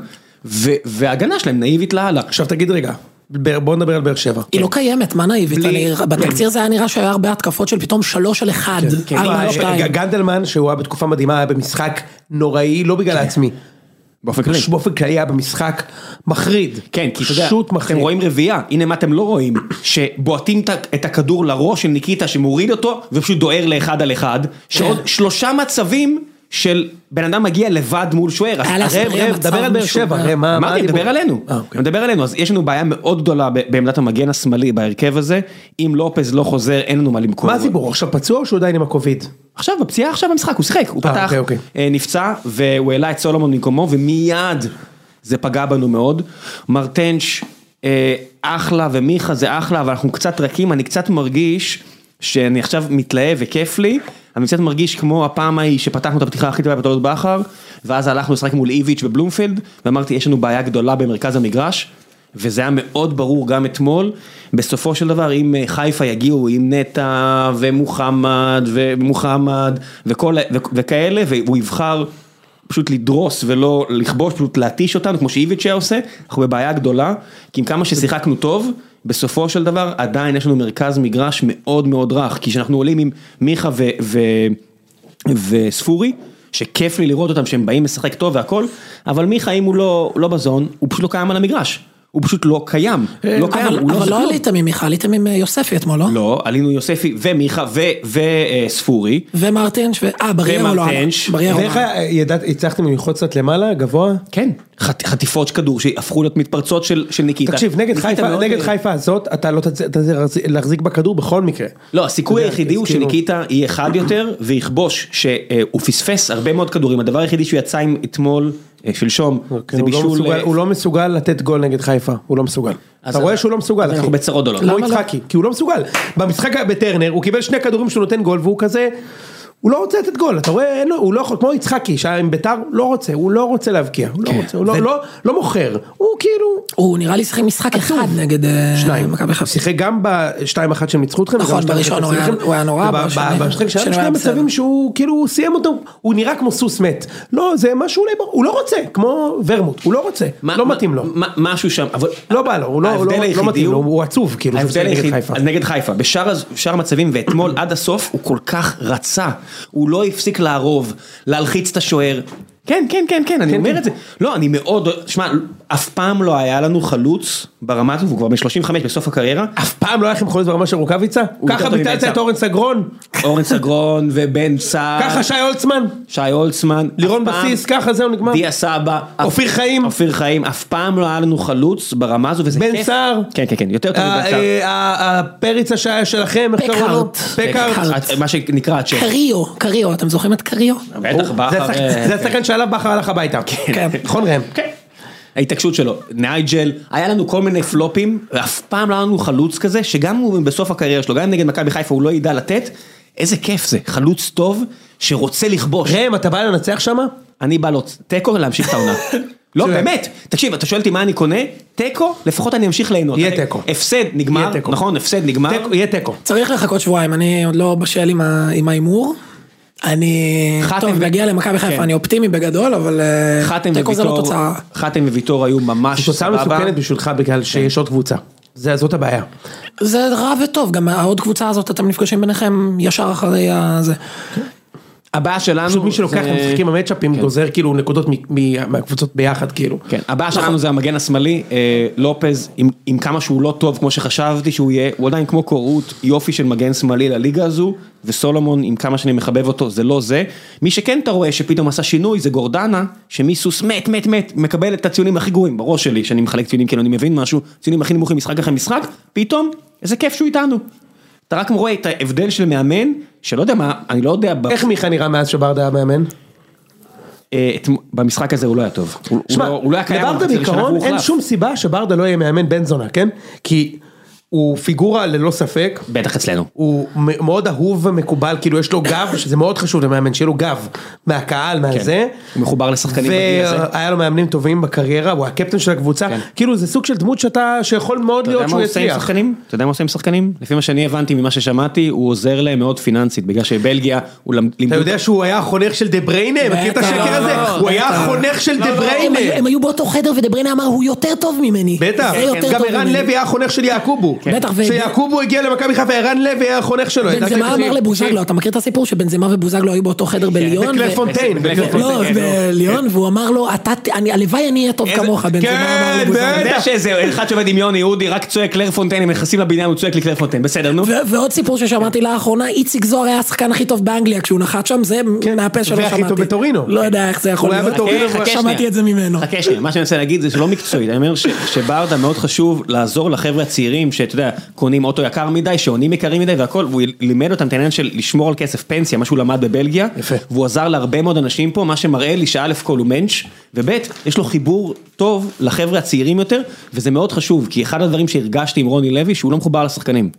וההגנה שלהם נאיבית להלאה. עכשיו תגיד רגע, בוא נדבר על באר שבע. היא לא קיימת, מה נאיבית? בתקציר זה היה נראה שהיה הרבה התקפות של פתאום 3-1. גנדלמן, שהוא היה בתקופה מדהימה, היה במשחק נוראי, לא בגלל העצמי. באופן כללי היה במשחק מחריד. כן, כי אתה יודע, אתם רואים רביעייה, הנה מה אתם לא רואים, שבועטים את הכדור לראש של ניקיטה, שמוריד אותו, ופשוט דוהר לאחד על אחד, שעוד 3 מצבים, של בן אדם מגיע לבד מול שוער. דבר על באר שבע. אמרתי, מדבר עלינו. אז יש לנו בעיה מאוד גדולה בעמדת המגן השמאלי בהרכב הזה. אם לופז לא חוזר, אין לנו מה למכור. מה הסיפור? עכשיו פצוע או שהוא עדיין עם הקוביד? עכשיו, בפציעה עכשיו במשחק, הוא שיחק, הוא פתח, נפצע, והוא העלה את סולומון במקומו, ומיד זה פגע בנו מאוד. מרטנש, אחלה, ומיכה זה אחלה, אבל אנחנו קצת רכים, אני קצת מרגיש שאני עכשיו מתלהב וכיף לי, אני קצת מרגיש כמו הפעם ההיא שפתחנו את הפתיחה הכי טובה בתולדות בכר, ואז הלכנו לשחק מול איביץ' בבלומפילד, ואמרתי, יש לנו בעיה גדולה במרכז המגרש, וזה היה מאוד ברור גם אתמול, בסופו של דבר, אם חיפה יגיעו עם נטע ומוחמד וכאלה, והוא יבחר פשוט לדרוס ולא לכבוש, פשוט להתיש אותנו, כמו שאיביץ' עושה, אנחנו בבעיה גדולה, כי עם כמה ששיחקנו טוב, בסופו של דבר עדיין יש לנו מרכז מגרש מאוד מאוד רך, כי שאנחנו עולים עם מיכה וספורי, שכיף לי לראות אותם שהם באים לשחק טוב והכל, אבל מיכה אם הוא לא בזון, הוא פשוט לא קיים על המגרש. הוא פשוט לא קיים, אבל לא עליתם עם מיכה, עליתם עם יוספי אתמול, לא? לא, עלינו יוספי ומיכה וספורי. ומרטנש, ומרטנש. ואיך הצלחתם ללחוץ קצת למעלה, גבוה? כן, חטיפות כדור שהפכו להיות מתפרצות של ניקיטה. תקשיב, נגד חיפה הזאת, אתה לא תצא להחזיק בכדור בכל מקרה. לא, הסיכוי היחידי הוא שניקיטה יהיה אחד יותר, ויכבוש שהוא פספס הרבה מאוד כדורים. הדבר היחידי שהוא יצא עם אתמול, שלשום, זה בישול... הוא לא מסוגל לתת גול נגד חיפה, הוא לא מסוגל. אתה רואה שהוא לא מסוגל, אנחנו בצרות דולות. לא יצחקי, כי הוא לא מסוגל. במשחק בטרנר, הוא קיבל 2 כדורים שהוא נותן גול, והוא כזה, הוא לא רוצה לתת גול, אתה רואה, הוא לא יכול, כמו יצחקי, שהיה עם ביתר, הוא לא רוצה להבקיע, הוא לא מוכר, הוא כאילו... הוא נראה לי שיחק משחק אחד נגד מכבי חיפה. שיחק גם ב-2-1 שהם ניצחו אתכם, נכון, בראשון הוא היה נורא, בשחק שהיה שני מצבים שהוא כאילו סיים אותו, הוא נראה כמו סוס מת, לא, זה משהו, הוא לא רוצה, כמו ורמוט, הוא לא רוצה, לא מתאים לו. משהו שם, אבל... לא בא לו, הוא לא מתאים לו, הוא עצוב, כאילו, נגד חיפה, בשאר המצבים, ואתמול עד הסוף, הוא כל כך רצה, הוא לא הפסיק לערוב, להלחיץ את השוער. כן, אני אומר את זה. לא, אני מאוד, שמע, אף פעם לא היה לנו חלוץ ברמה הזו, והוא כבר ב-35 בסוף הקריירה. אף פעם לא היה לכם חלוץ ברמה של רוקאביצה? ככה ביטלת את אורן סגרון? אורן סגרון ובן סער. ככה שי הולצמן. לירון בסיס, ככה זהו נגמר. דיה סבא. אופיר חיים. אף פעם לא היה לנו חלוץ ברמה הזו, וזה כיף. בן סער. כן, יותר טוב מבן סער. הפריץ השעה שלכם. פקארט. מה שנקרא הצ'ק. קריו, אתם זוכרים את קריו? בטח, זה השחקן שעליו בכר הלך הביתה. כן. נכון ראם? כן. ההתעקשות שלו, נייג'ל, היה לנו כל מיני פלופים, ואף פעם לא היה לנו חלוץ כזה, שגם הוא בסוף הקריירה שלו, גם נגד מכבי חיפה הוא לא ידע לתת, איזה כיף זה, חלוץ טוב, שרוצה לכבוש. ראם, אתה בא לנצח שמה? אני בא לו, תיקו להמשיך את העונה. לא, באמת, תקשיב, אתה שואל אותי מה אני קונה, תיקו, לפחות אני אמשיך ליהנות. יהיה תיקו. הפסד נגמר, נכון, הפסד נגמר. יהיה תיקו. צריך לחכות שבועיים, אני עוד לא בשל עם האימור. טוב, נגיע למכבי חיפה, אני אופטימי בגדול, אבל תיקו זה לא תוצאה. חתם וויטור היו ממש תוצאה מסוכנת בשבילך בגלל שיש עוד קבוצה. זאת הבעיה. זה רע וטוב, גם העוד קבוצה הזאת אתם נפגשים ביניכם ישר אחרי זה. הבעיה שלנו... פשוט מי שלוקח למשחקים המצ'אפים גוזר כאילו נקודות מהקבוצות ביחד כאילו. כן, הבעיה שלנו זה המגן השמאלי, לופז, עם כמה שהוא לא טוב כמו שחשבתי שהוא יהיה, הוא עדיין כמו קורות, יופי של מגן שמאלי לליגה הזו, וסולומון עם כמה שאני מחבב אותו, זה לא זה. מי שכן אתה רואה שפתאום עשה שינוי זה גורדנה, שמיסוס מת, מקבל את הציונים הכי גרועים בראש שלי, שאני מחלק ציונים כאילו אני מבין משהו, ציונים הכי נמוכים משחק אחרי משחק, פתאום איזה כיף שהוא איתנו. אתה רק רואה את ההבדל של מאמן, שלא יודע מה, אני לא יודע... איך מיכה נראה מאז שברדה היה מאמן? במשחק הזה הוא לא היה טוב. שמע, לברדה בעיקרון אין שום סיבה שברדה לא יהיה מאמן בן זונה, כן? כי... הוא פיגורה ללא ספק. בטח אצלנו. הוא מאוד אהוב ומקובל, כאילו יש לו גב, שזה מאוד חשוב למאמן, שיהיה לו גב מהקהל, מהזה. הוא מחובר לשחקנים בגיל הזה. והיה לו מאמנים טובים בקריירה, הוא הקפטן של הקבוצה. כאילו זה סוג של דמות שיכול מאוד להיות שהוא יצליח. אתה יודע מה עושים עם שחקנים? לפי מה שאני הבנתי ממה ששמעתי, הוא עוזר להם מאוד פיננסית, בגלל שבלגיה הוא אתה יודע שהוא היה החונך של דה בריינה, מכיר את השקר הזה? הוא היה החונך של דה בריינה. הם היו באותו חדר ודה בריינה אמר, הוא יותר טוב ממני. בטח, גם ערן לוי היה החונך של יעקובו. כשיעקובו הגיע למכבי חיפה, ערן לוי היה החונך שלו. בנזמה אמר לבוזגלו, אתה מכיר את הסיפור שבנזמה ובוזגלו היו באותו חדר בליון? בקלרפונטיין. לא, בליון, והוא אמר לו, הלוואי אני אהיה טוב כמוך, בנזמה אמר לבוזגלו. אתה יודע שזה אחד שעובד עם יוני יהודי, רק צועק קלרפונטיין, הם נכנסים לבניין, הוא צועק לי קלרפונטיין, בסדר, נו. ועוד סיפור ששמעתי לאחרונה, איציק זוהר היה השחקן הכי טוב באנגליה, כשהוא נחת שם, זה מהפה שלא שמעתי. והכי טוב בטורינו. לא יודע איך זה יכול להיות. שמעתי את זה ממנו. חכה שנייה, מה שאני רוצה להגיד זה שלא מקצועי, אני אומר שברדה מאוד חשוב לעזור לחבר'ה הצעירים שאתה יודע, קונים אוטו יקר מדי, שעונים יקרים מדי והכל, והוא לימד אותם את העניין של לשמור על כסף פנסיה, מה שהוא למד בבלגיה, והוא עזר להרבה מאוד אנשים פה, מה שמראה לי שא' כל הוא מנץ', וב' יש לו חיבור טוב לחבר'ה הצעירים יותר, וזה מאוד חשוב, כי אחד הדברים שהרגשתי עם רוני לוי, שהוא לא מחובר לשחקנים.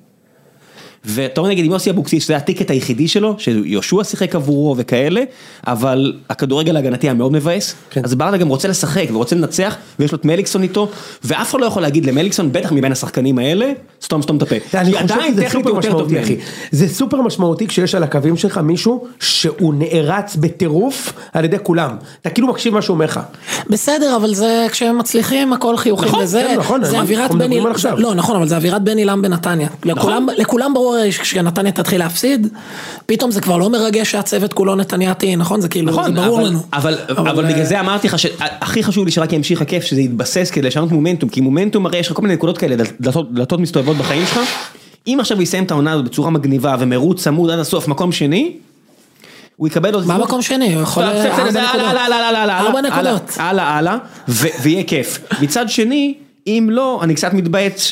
ואתה רואה נגיד עם יוסי אבוקסיס, שזה הטיקט היחידי שלו, שיושוע שיחק עבורו וכאלה, אבל הכדורגל ההגנתי היה מאוד מבאס, אז ברדה גם רוצה לשחק ורוצה לנצח, ויש לו את מליקסון איתו, ואף אחד לא יכול להגיד למליקסון, בטח מבין השחקנים האלה, סתום את הפה. אני חושב שזה סופר משמעותי, אחי. זה סופר משמעותי כשיש על הקווים שלך מישהו שהוא נערץ בטירוף על ידי כולם. אתה כאילו מקשיב מה שהוא אומר לך. בסדר, אבל זה כשהם מצליחים הכל חיוכים לזה. זה אווירת בן אילם. לא, נכון, אבל זה אווירת בן אילם בנתניה. לכולם ברור כשנתניה תתחיל להפסיד, פתאום זה כבר לא מרגש שהצוות כולו נתנייתי, נכון? זה כאילו, זה ברור לנו. אבל בגלל זה אמרתי לך שהכי חשוב לי שרק ימשיך הכיף, שזה יתבסס כדי לשנות מומנטום, כי מומנטום הרי יש לך כל מיני נקודות כאלה, דלתות מסתובבות בחיים שלך, אם עכשיו הוא יסיים את העונה הזאת בצורה מגניבה, ומרוץ צמוד עד הסוף, מקום שני, הוא יקבל עוד... מה מקום שני? הוא יכול... 4 נקודות. הלאה, ויהיה כיף. מצד שני, אם לא, אני קצת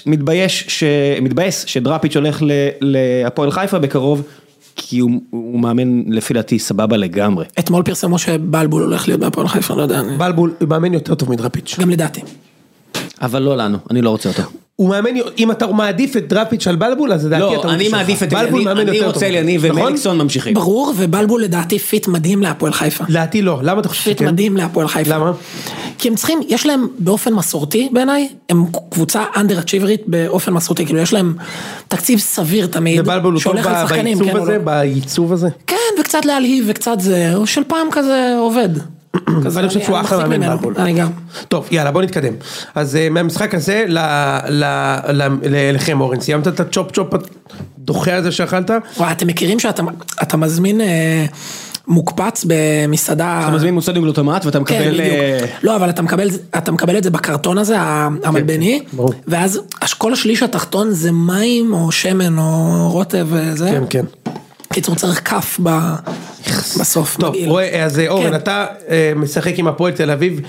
מתבאס שדראפיץ' הולך להפועל חיפה בקרוב, כי הוא מאמן לפי דעתי סבבה לגמרי. אתמול פרסמו שבלבול הולך להיות בהפועל חיפה, לא יודע. בלבול מאמן יותר טוב מדראפיץ'. גם לדעתי. אבל לא לנו, אני לא רוצה אותו. הוא מאמן, אם אתה מעדיף את דראפיץ' על בלבול, אז לדעתי לא, אני מעדיף את בלבול, אני רוצה לי, ומליקסון ממשיכים. ברור, ובלבול לדעתי פיט מדהים להפועל חיפה. לדעתי לא, למה אתה חושב פיט מדהים להפועל חיפה. למה? כי הם צריכים, יש להם באופן מסורתי בעיניי, הם קבוצה אנדר-אצ'יברית באופן מסורתי, כאילו יש להם תקציב סביר תמיד, ובלבול הוא טוב בעיצוב הזה? כן, וקצת להלהיב, וקצת זה, של פעם כזה עובד. אני חושב שהוא אחלה מאמן בלבול. אני גם. טוב, יאללה, בוא נתקדם. אז מהמשחק הזה, לכם אורן, סיימת את הצ'ופ צ'ופ הדוחה הזה שאכלת? וואי, אתם מכירים שאתה מזמין מוקפץ במסעדה... אתה מזמין מוסד עם גלוטמט ואתה מקבל... לא, אבל אתה מקבל את זה בקרטון הזה, המלבני, ואז כל השליש התחתון זה מים או שמן או רוטב וזה. כן, כן. קיצור צריך כף בסוף. טוב, אז אורן, אתה משחק עם הפועל תל אביב,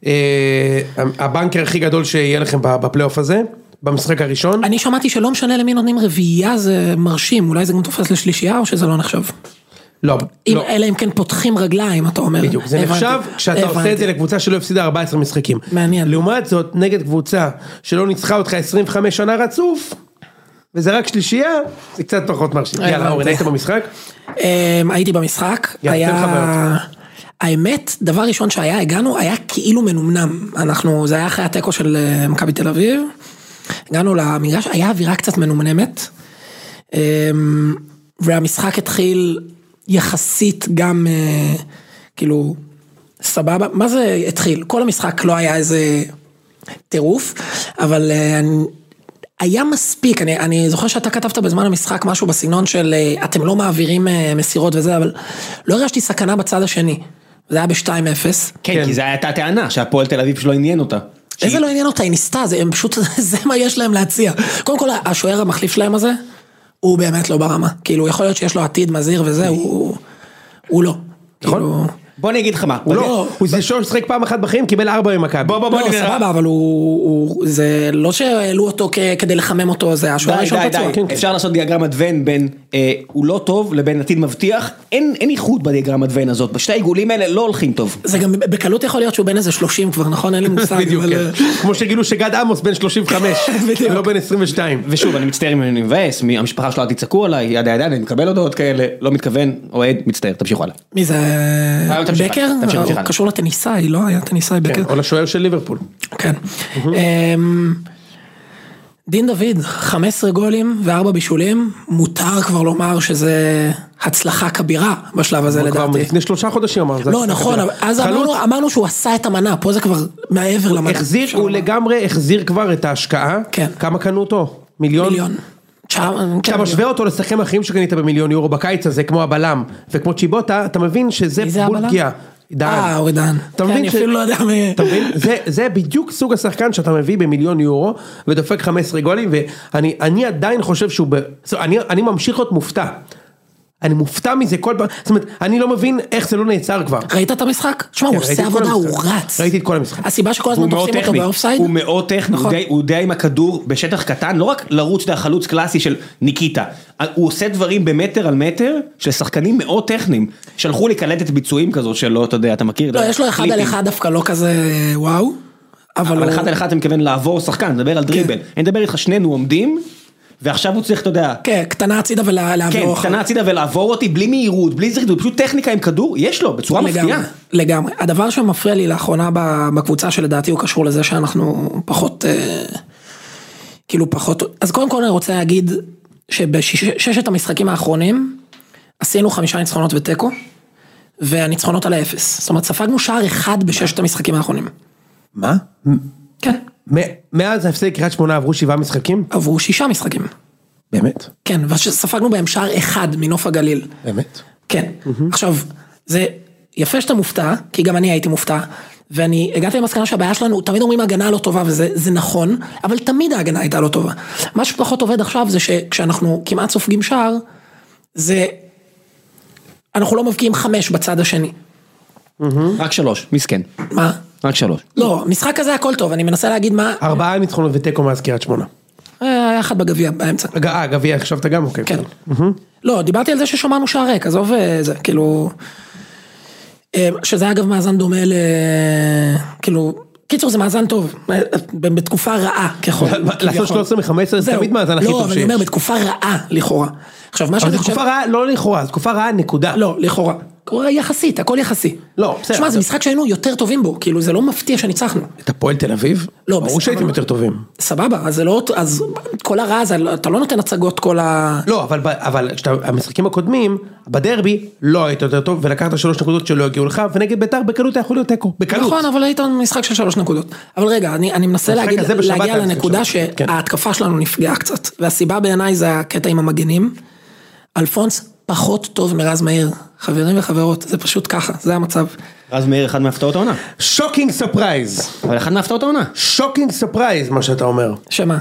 הבנקר הכי גדול שיהיה לכם בפלייאוף הזה, במשחק הראשון. אני שמעתי שלא משנה למי נותנים רביעייה, זה מרשים, אולי זה גם תופס לשלישייה או שזה לא נחשב? לא. אלא אם כן פותחים רגליים, אתה אומר. בדיוק, זה נחשב כשאתה עושה את זה לקבוצה שלא הפסידה 14 משחקים. מעניין. לעומת זאת, נגד קבוצה שלא ניצחה אותך 25 שנה רצוף, וזה רק שלישייה, זה קצת פחות מרשים. יאללה, אורן, היית במשחק? הייתי במשחק, האמת, דבר ראשון שהיה, הגענו, היה כאילו מנומנם, זה היה אחרי הטקו של מכבי תל אביב, הגענו למגרש, היה אווירה קצת מנומנמת, והמשחק התחיל יחסית גם, כאילו, סבבה, מה זה התחיל? כל המשחק לא היה איזה טירוף, אבל היה מספיק, אני זוכר שאתה כתבת בזמן המשחק משהו בסגנון של אתם לא מעבירים מסירות וזה, אבל לא הרגשתי סכנה בצד השני, זה היה ב-2-0. כן, כי זה הייתה טענה שהפועל תל אביב שלא עניין אותה. איזה לא עניין אותה, היא ניסתה, זה מה יש להם להציע. קודם כל, השוער המחליף שלהם הזה, הוא באמת לא ברמה, כאילו יכול להיות שיש לו עתיד מזהיר וזה, הוא לא. נכון? בוא אני אגיד לך מה, הוא זה ששחק פעם אחת בחיים, קיבל 4 במכבי. בוא סבבה, אבל זה לא שהעלו אותו כדי לחמם אותו, זה השוער הראשון פצוע. אפשר לעשות דיאגרמת ון בין הוא לא טוב לבין עתיד מבטיח, אין איחוד בדיאגרמת ון הזאת, בשתי העיגולים האלה לא הולכים טוב. זה גם בקלות יכול להיות שהוא בין איזה 30 כבר, נכון? אין לי מושג. בדיוק, כמו שגילו שגד עמוס בין 35, לא בין 22. ושוב, אני מצטער אם אני מבאס, המשפחה שלו תצעקו עליי, ידה, אני מקבל הודעות כאלה, לא מתכוון, אוהד, מצטער, תמשיכו הלאה. מי זה? בקר? קשור לטניסאי, לא היה טניסאי בקר. או לשוער של ליברפול. כן. דין דוד, 15 גולים ו4 בישולים, מותר כבר לומר שזה הצלחה כבירה בשלב הזה לדעתי. לפני 3 חודשים אמר. לא, נכון, אז אמרנו שהוא עשה את המנה, פה זה כבר מעבר למנה. הוא לגמרי החזיר כבר את ההשקעה. כן. כמה קנו אותו? מיליון? כשאתה משווה אותו לשחקנים אחרים שקנית במיליון יורו בקיץ הזה, כמו הבלם וכמו צ'יבוטה, אתה מבין שזה בול פגיעה. אורי דן. אני אפילו לא יודע מי. אתה מבין? זה בדיוק סוג השחקן שאתה מביא במיליון יורו, ודופק 15 גולים, ואני עדיין חושב שהוא, אני ממשיך להיות מופתע. אני מופתע מזה כל פעם, זאת אומרת, אני לא מבין איך זה לא נעצר כבר. ראית את המשחק? שמע, הוא עושה עבודה, הוא רץ. ראיתי את כל המשחק. הסיבה שכל הזמן תופסים אותו באופסייד? הוא מאוד טכני, הוא יודע עם הכדור בשטח קטן, לא רק לרוץ חלוץ קלאסי של ניקיטה, הוא עושה דברים במטר על מטר, של שחקנים מאוד טכניים, שלחו לי קלטת ביצועים כזאת שלא, אתה יודע, אתה מכיר? לא, יש לו 1 על 1 דווקא לא כזה וואו. אבל 1 על 1 אתה מכוון לעבור שחקן, נדבר על דריבל. אני מדבר איתך, שנינו עומדים, ועכשיו הוא צריך, אתה יודע... כן, קטנה הצידה ולעבור. כן, קטנה הצידה ולעבור אותי, בלי מהירות, בלי זרידות, פשוט טכניקה עם כדור, יש לו, בצורה מפתיעה. לגמרי. הדבר שמפריע לי לאחרונה בקבוצה שלדעתי הוא קשור לזה שאנחנו פחות, כאילו פחות... אז קודם כל אני רוצה להגיד שבששת המשחקים האחרונים, עשינו 5 ניצחונות וטקו, והניצחונות על 0. זאת אומרת, ספגנו שער 1 בששת המשחקים האחרונים. מה? כן. מאז ההפסד קריית שמונה עברו 7 משחקים? עברו 6 משחקים. באמת? כן, וספגנו בהם שער 1 מנוף הגליל. באמת? כן. עכשיו, זה יפה שאתה מופתע, כי גם אני הייתי מופתע, ואני הגעתי למסקנה שהבעיה שלנו, תמיד אומרים ההגנה לא טובה, וזה נכון, אבל תמיד ההגנה הייתה לא טובה. מה שפחות עובד עכשיו זה שכשאנחנו כמעט סופגים שער, זה, אנחנו לא מבקיעים 5 בצד השני. רק 3, מסכן. מה? רק 3. לא, משחק הזה הכל טוב, אני מנסה להגיד מה... 4 ניצחונות וטקו מאז קריית שמונה. היה 1 בגביע באמצע. גביע, חשבת גם? אוקיי. כן. לא, דיברתי על זה ששמענו שער ריק, עזוב זה, כאילו... שזה אגב מאזן דומה כאילו, קיצור זה מאזן טוב, בתקופה רעה ככל. לעשות 13 מ-15 זה תמיד מאזן הכי טוב שיש. לא, אבל אני אומר, בתקופה רעה לכאורה. עכשיו, מה שאני חושב... תקופה רעה, לא לכאורה, תקופה רעה נקודה. לא, לכאורה. יחסית, הכל יחסי. לא, בסדר. שמע, זה משחק שהיינו יותר טובים בו, כאילו זה לא מפתיע שניצחנו. את הפועל תל אביב? לא, ברור שהייתם יותר טובים. סבבה, אז זה לא, אז כל הרע הזה, אתה לא נותן הצגות כל ה... לא, אבל המשחקים הקודמים, בדרבי, לא היית יותר טוב, ולקחת 3 נקודות שלא הגיעו לך, ונגד בית"ר בקלות היה יכול להיות תיקו. בקלות. נכון, אבל היית משחק של 3 נקודות. אבל רגע, אני מנסה להגיע לנקודה שההתקפה שלנו נפגעה קצת, והסיבה בעיניי זה הקטע עם המגנים. אלפונס פחות טוב מרז מאיר, חברים וחברות, זה פשוט ככה, זה המצב. רז מאיר אחד מהפתעות העונה. שוקינג ספרייז. אבל אחד מהפתעות העונה. שוקינג ספרייז, מה שאתה אומר. שמה?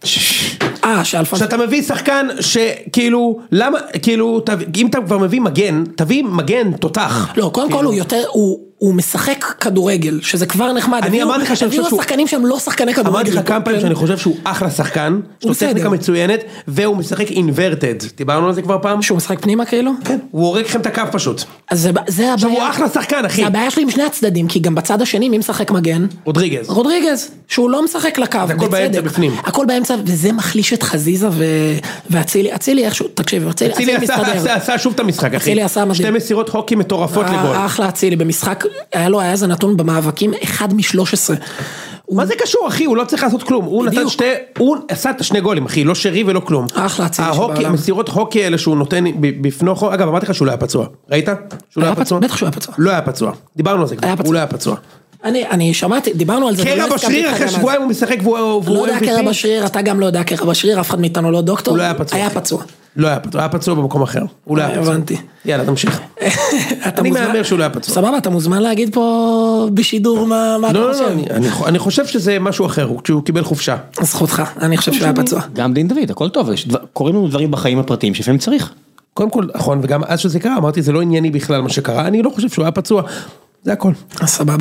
שאלפונס... שאתה מביא שחקן שכאילו, למה, כאילו, אם אתה כבר מביא מגן, תביא מגן תותח. לא, קודם כל הוא יותר, הוא משחק כדורגל, שזה כבר נחמד. אני אמרתי לך שאני חושב שהוא... שחקנים שהם לא שחקני כדורגל. אמרתי לך כמה פעמים שאני חושב שהוא אחלה שחקן, יש לו טכניקה מצוינת, והוא משחק אינברטד. דיברנו על זה כבר פעם? שהוא משחק פנימה כאילו? כן. הוא הורג לכם את הקו פשוט. אז זה הבעיה. עכשיו הוא אחלה שחקן, אחי. זה הבעיה שלי עם שני הצדדים, כי גם בצד השני מי משחק מגן? רודריגז, שהוא לא משחק לקו. הכל באמצע בפנים. הכל באמצע, וזה מחליש את חזיזה ואצילי. אצילי איכשהו, תקשיב, אצילי עשה שוב את המשחק, אחי. שתי מסירות הוקי מטורפות לגול. אחלה אצילי במשחק, היה איזה נתון במאבקים 1 מ-13. מה זה קשור, אחי? הוא לא צריך לעשות כלום. הוא עשה 2 גולים, אחי, לא שרי ולא כלום. אחלה אצילי שבעולם. המסירות הוקי האלה שהוא נותן בפנוחו, אגב, אמרתי לך שהוא לא היה פצוע. ראית? שהוא לא היה פצוע? בטח שהוא היה פצוע. לא היה פצוע. דיברנו על זה כבר. הוא לא היה פצוע. אני שמעתי, דיברנו על זה. קרע בשריר, אחרי שבועיים הוא משחק והוא לא יודע קרע בשריר, אתה גם לא יודע קרע בשריר, אף אחד מאיתנו לא דוקטור. הוא לא היה פצוע. היה פצוע. לא היה פצוע, היה פצוע במקום אחר. הוא לא היה פצוע. הבנתי. יאללה, תמשיך. אני מאמר שהוא לא היה פצוע. סבבה, אתה מוזמן להגיד פה בשידור מה אתה חושב. לא, אני חושב שזה משהו אחר, כשהוא קיבל חופשה. זכותך, אני חושב שהוא היה פצוע. גם דין דוד, הכל טוב, קוראים לנו דברים בחיים הפרטיים שלפעמים צריך. קודם כל, נכון, וגם אז שזה קרה, אמרתי, זה לא ענייני בכלל מה שקרה, אני לא חושב שהוא היה פצוע. זה הכל. סבבה.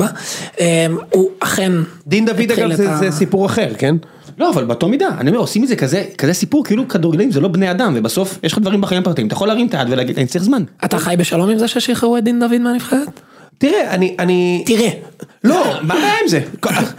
הוא אכן... דין דוד אגב זה סיפור אחר, כן? לא, אבל באותו מידה, אני אומר, עושים את זה כזה סיפור, כאילו כדורגלנים, זה לא בני אדם, ובסוף יש לך דברים בחיים הפרטיים, אתה יכול להרים את היד ולהגיד, אני צריך זמן. אתה חי בשלום עם זה ששחררו את דין דוד מהנבחרת? תראה, תראה. לא, מה הבעיה עם זה?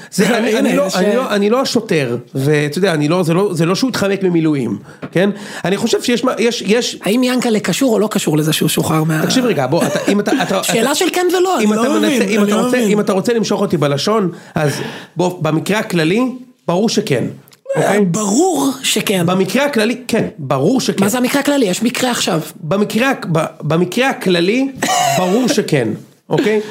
אני לא השוטר, ואתה יודע, זה לא שהוא התחמק ממילואים, כן? אני חושב שיש... האם ינקלה קשור או לא קשור לזה שהוא שוחרר מה... תקשיב רגע, בוא, שאלה של כן ולא, אני לא מבין. אם אתה רוצה למשוך אותי בלשון, אז בוא, במקרה הכללי, ברור שכן. ברור שכן. במקרה הכללי, כן, ברור שכן. מה זה המקרה הכללי? יש מקרה עכשיו. במקרה הכללי, ברור שכן. אוקיי?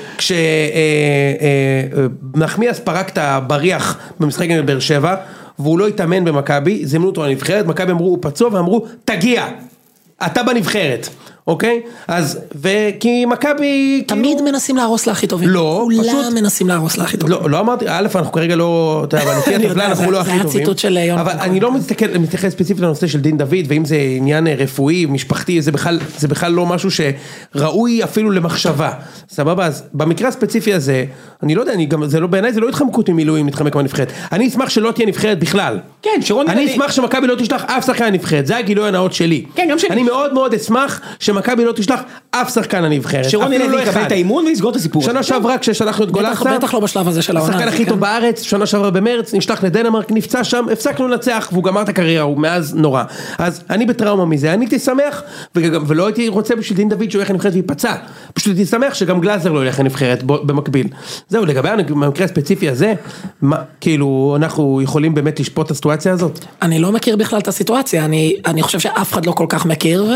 כשנחמיאס פרק את הבריח במשחק עם באר שבע, והוא לא התאמן במכבי, זימנו אותו לנבחרת, מכבי אמרו, הוא פצוע, ואמרו, תגיע, אתה בנבחרת. אוקיי? אז, וכי מכבי... תמיד מנסים להרוס להכי טובים. לא, פשוט... כולם מנסים להרוס להכי טובים. לא אמרתי, א', אנחנו כרגע לא... אתה יודע, אבל לפי הטבלה אנחנו לא הכי טובים. זה הציטוט של יונתן. אבל אני לא מתייחס ספציפית לנושא של דין דוד, ואם זה עניין רפואי, משפחתי, זה בכלל לא משהו שראוי אפילו למחשבה. סבבה? אז במקרה הספציפי הזה, אני לא יודע, בעיניי זה לא התחמקות ממילואים, מתחמק מהנבחרת. אני אשמח שלא תהיה נבחרת בכלל. כן, שרון אני אשמח שמכבי לא תשלח אף שחקן לנבחרת. זה הגילוי הנאות שלי. כן, גם שלי. אני מאוד מאוד אשמח שמכבי לא תשלח אף שחקן הנבחרת. שרון ילוי יקבל את האימון ויסגור את הסיפור. שנה שעברה כששלחנו את גולסה, בטח לא בשלב הזה של העונה. השחקן הכי טוב בארץ, שנה שעברה במרץ, נשלח לדנמרק, נפצע שם, הפסקנו לנצח, והוא גמר את הקריירה, הוא מאז נורא. אז אני בטראומה מזה, אני הייתי שמח, ולא הייתי רוצה בשביל דין דוד שהוא ילך לנבחרת ויפצע. פשוט הייתי שמח שגם גלאזר לא ילך לנבחרת במקביל. זהו, לגבי המקרה הספציפי הזה, כאילו אנחנו יכולים באמת לשפוט את הסיטואציה הזאת? אני לא מכיר בכלל את הסיטואציה, אני חושב שאף אחד לא כל כך מכיר,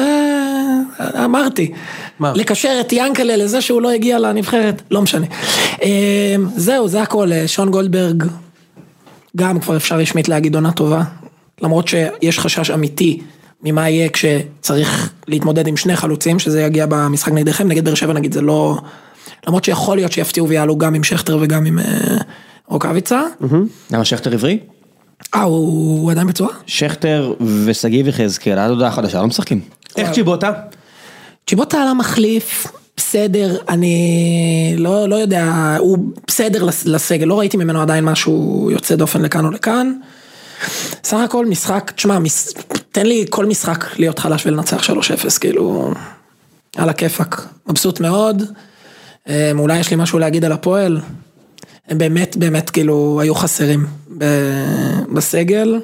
אמרתי, לקשר את ינקלה לזה שהוא לא הגיע לנבחרת, לא משנה. זהו, זה הכל, שון גולדברג, גם כבר אפשר רשמית להגיד עונה טובה, למרות שיש חשש אמיתי ממה יהיה כשצריך להתמודד עם 2 חלוצים, שזה יגיע במשחק נגדכם, נגד באר שבע נגיד, זה לא, למרות שיכול להיות שיפתיעו ויעלו גם עם שכטר וגם עם רוקאביצה. למה שכטר עברי? הוא עדיין בצורה? שכטר וסגי וחזקאל, עד הודעה חדשה, לא משחקים. איך צ'יבוטה? צ'יבוטה על המחליף, בסדר, אני לא יודע, הוא בסדר לסגל, לא ראיתי ממנו עדיין משהו יוצא דופן לכאן או לכאן. סך הכל משחק, תשמע, תן לי כל משחק להיות חלש ולנצח 3-0, כאילו, על הכיפק, מבסוט מאוד. אולי יש לי משהו להגיד על הפועל. הם באמת, באמת כאילו היו חסרים בסגל.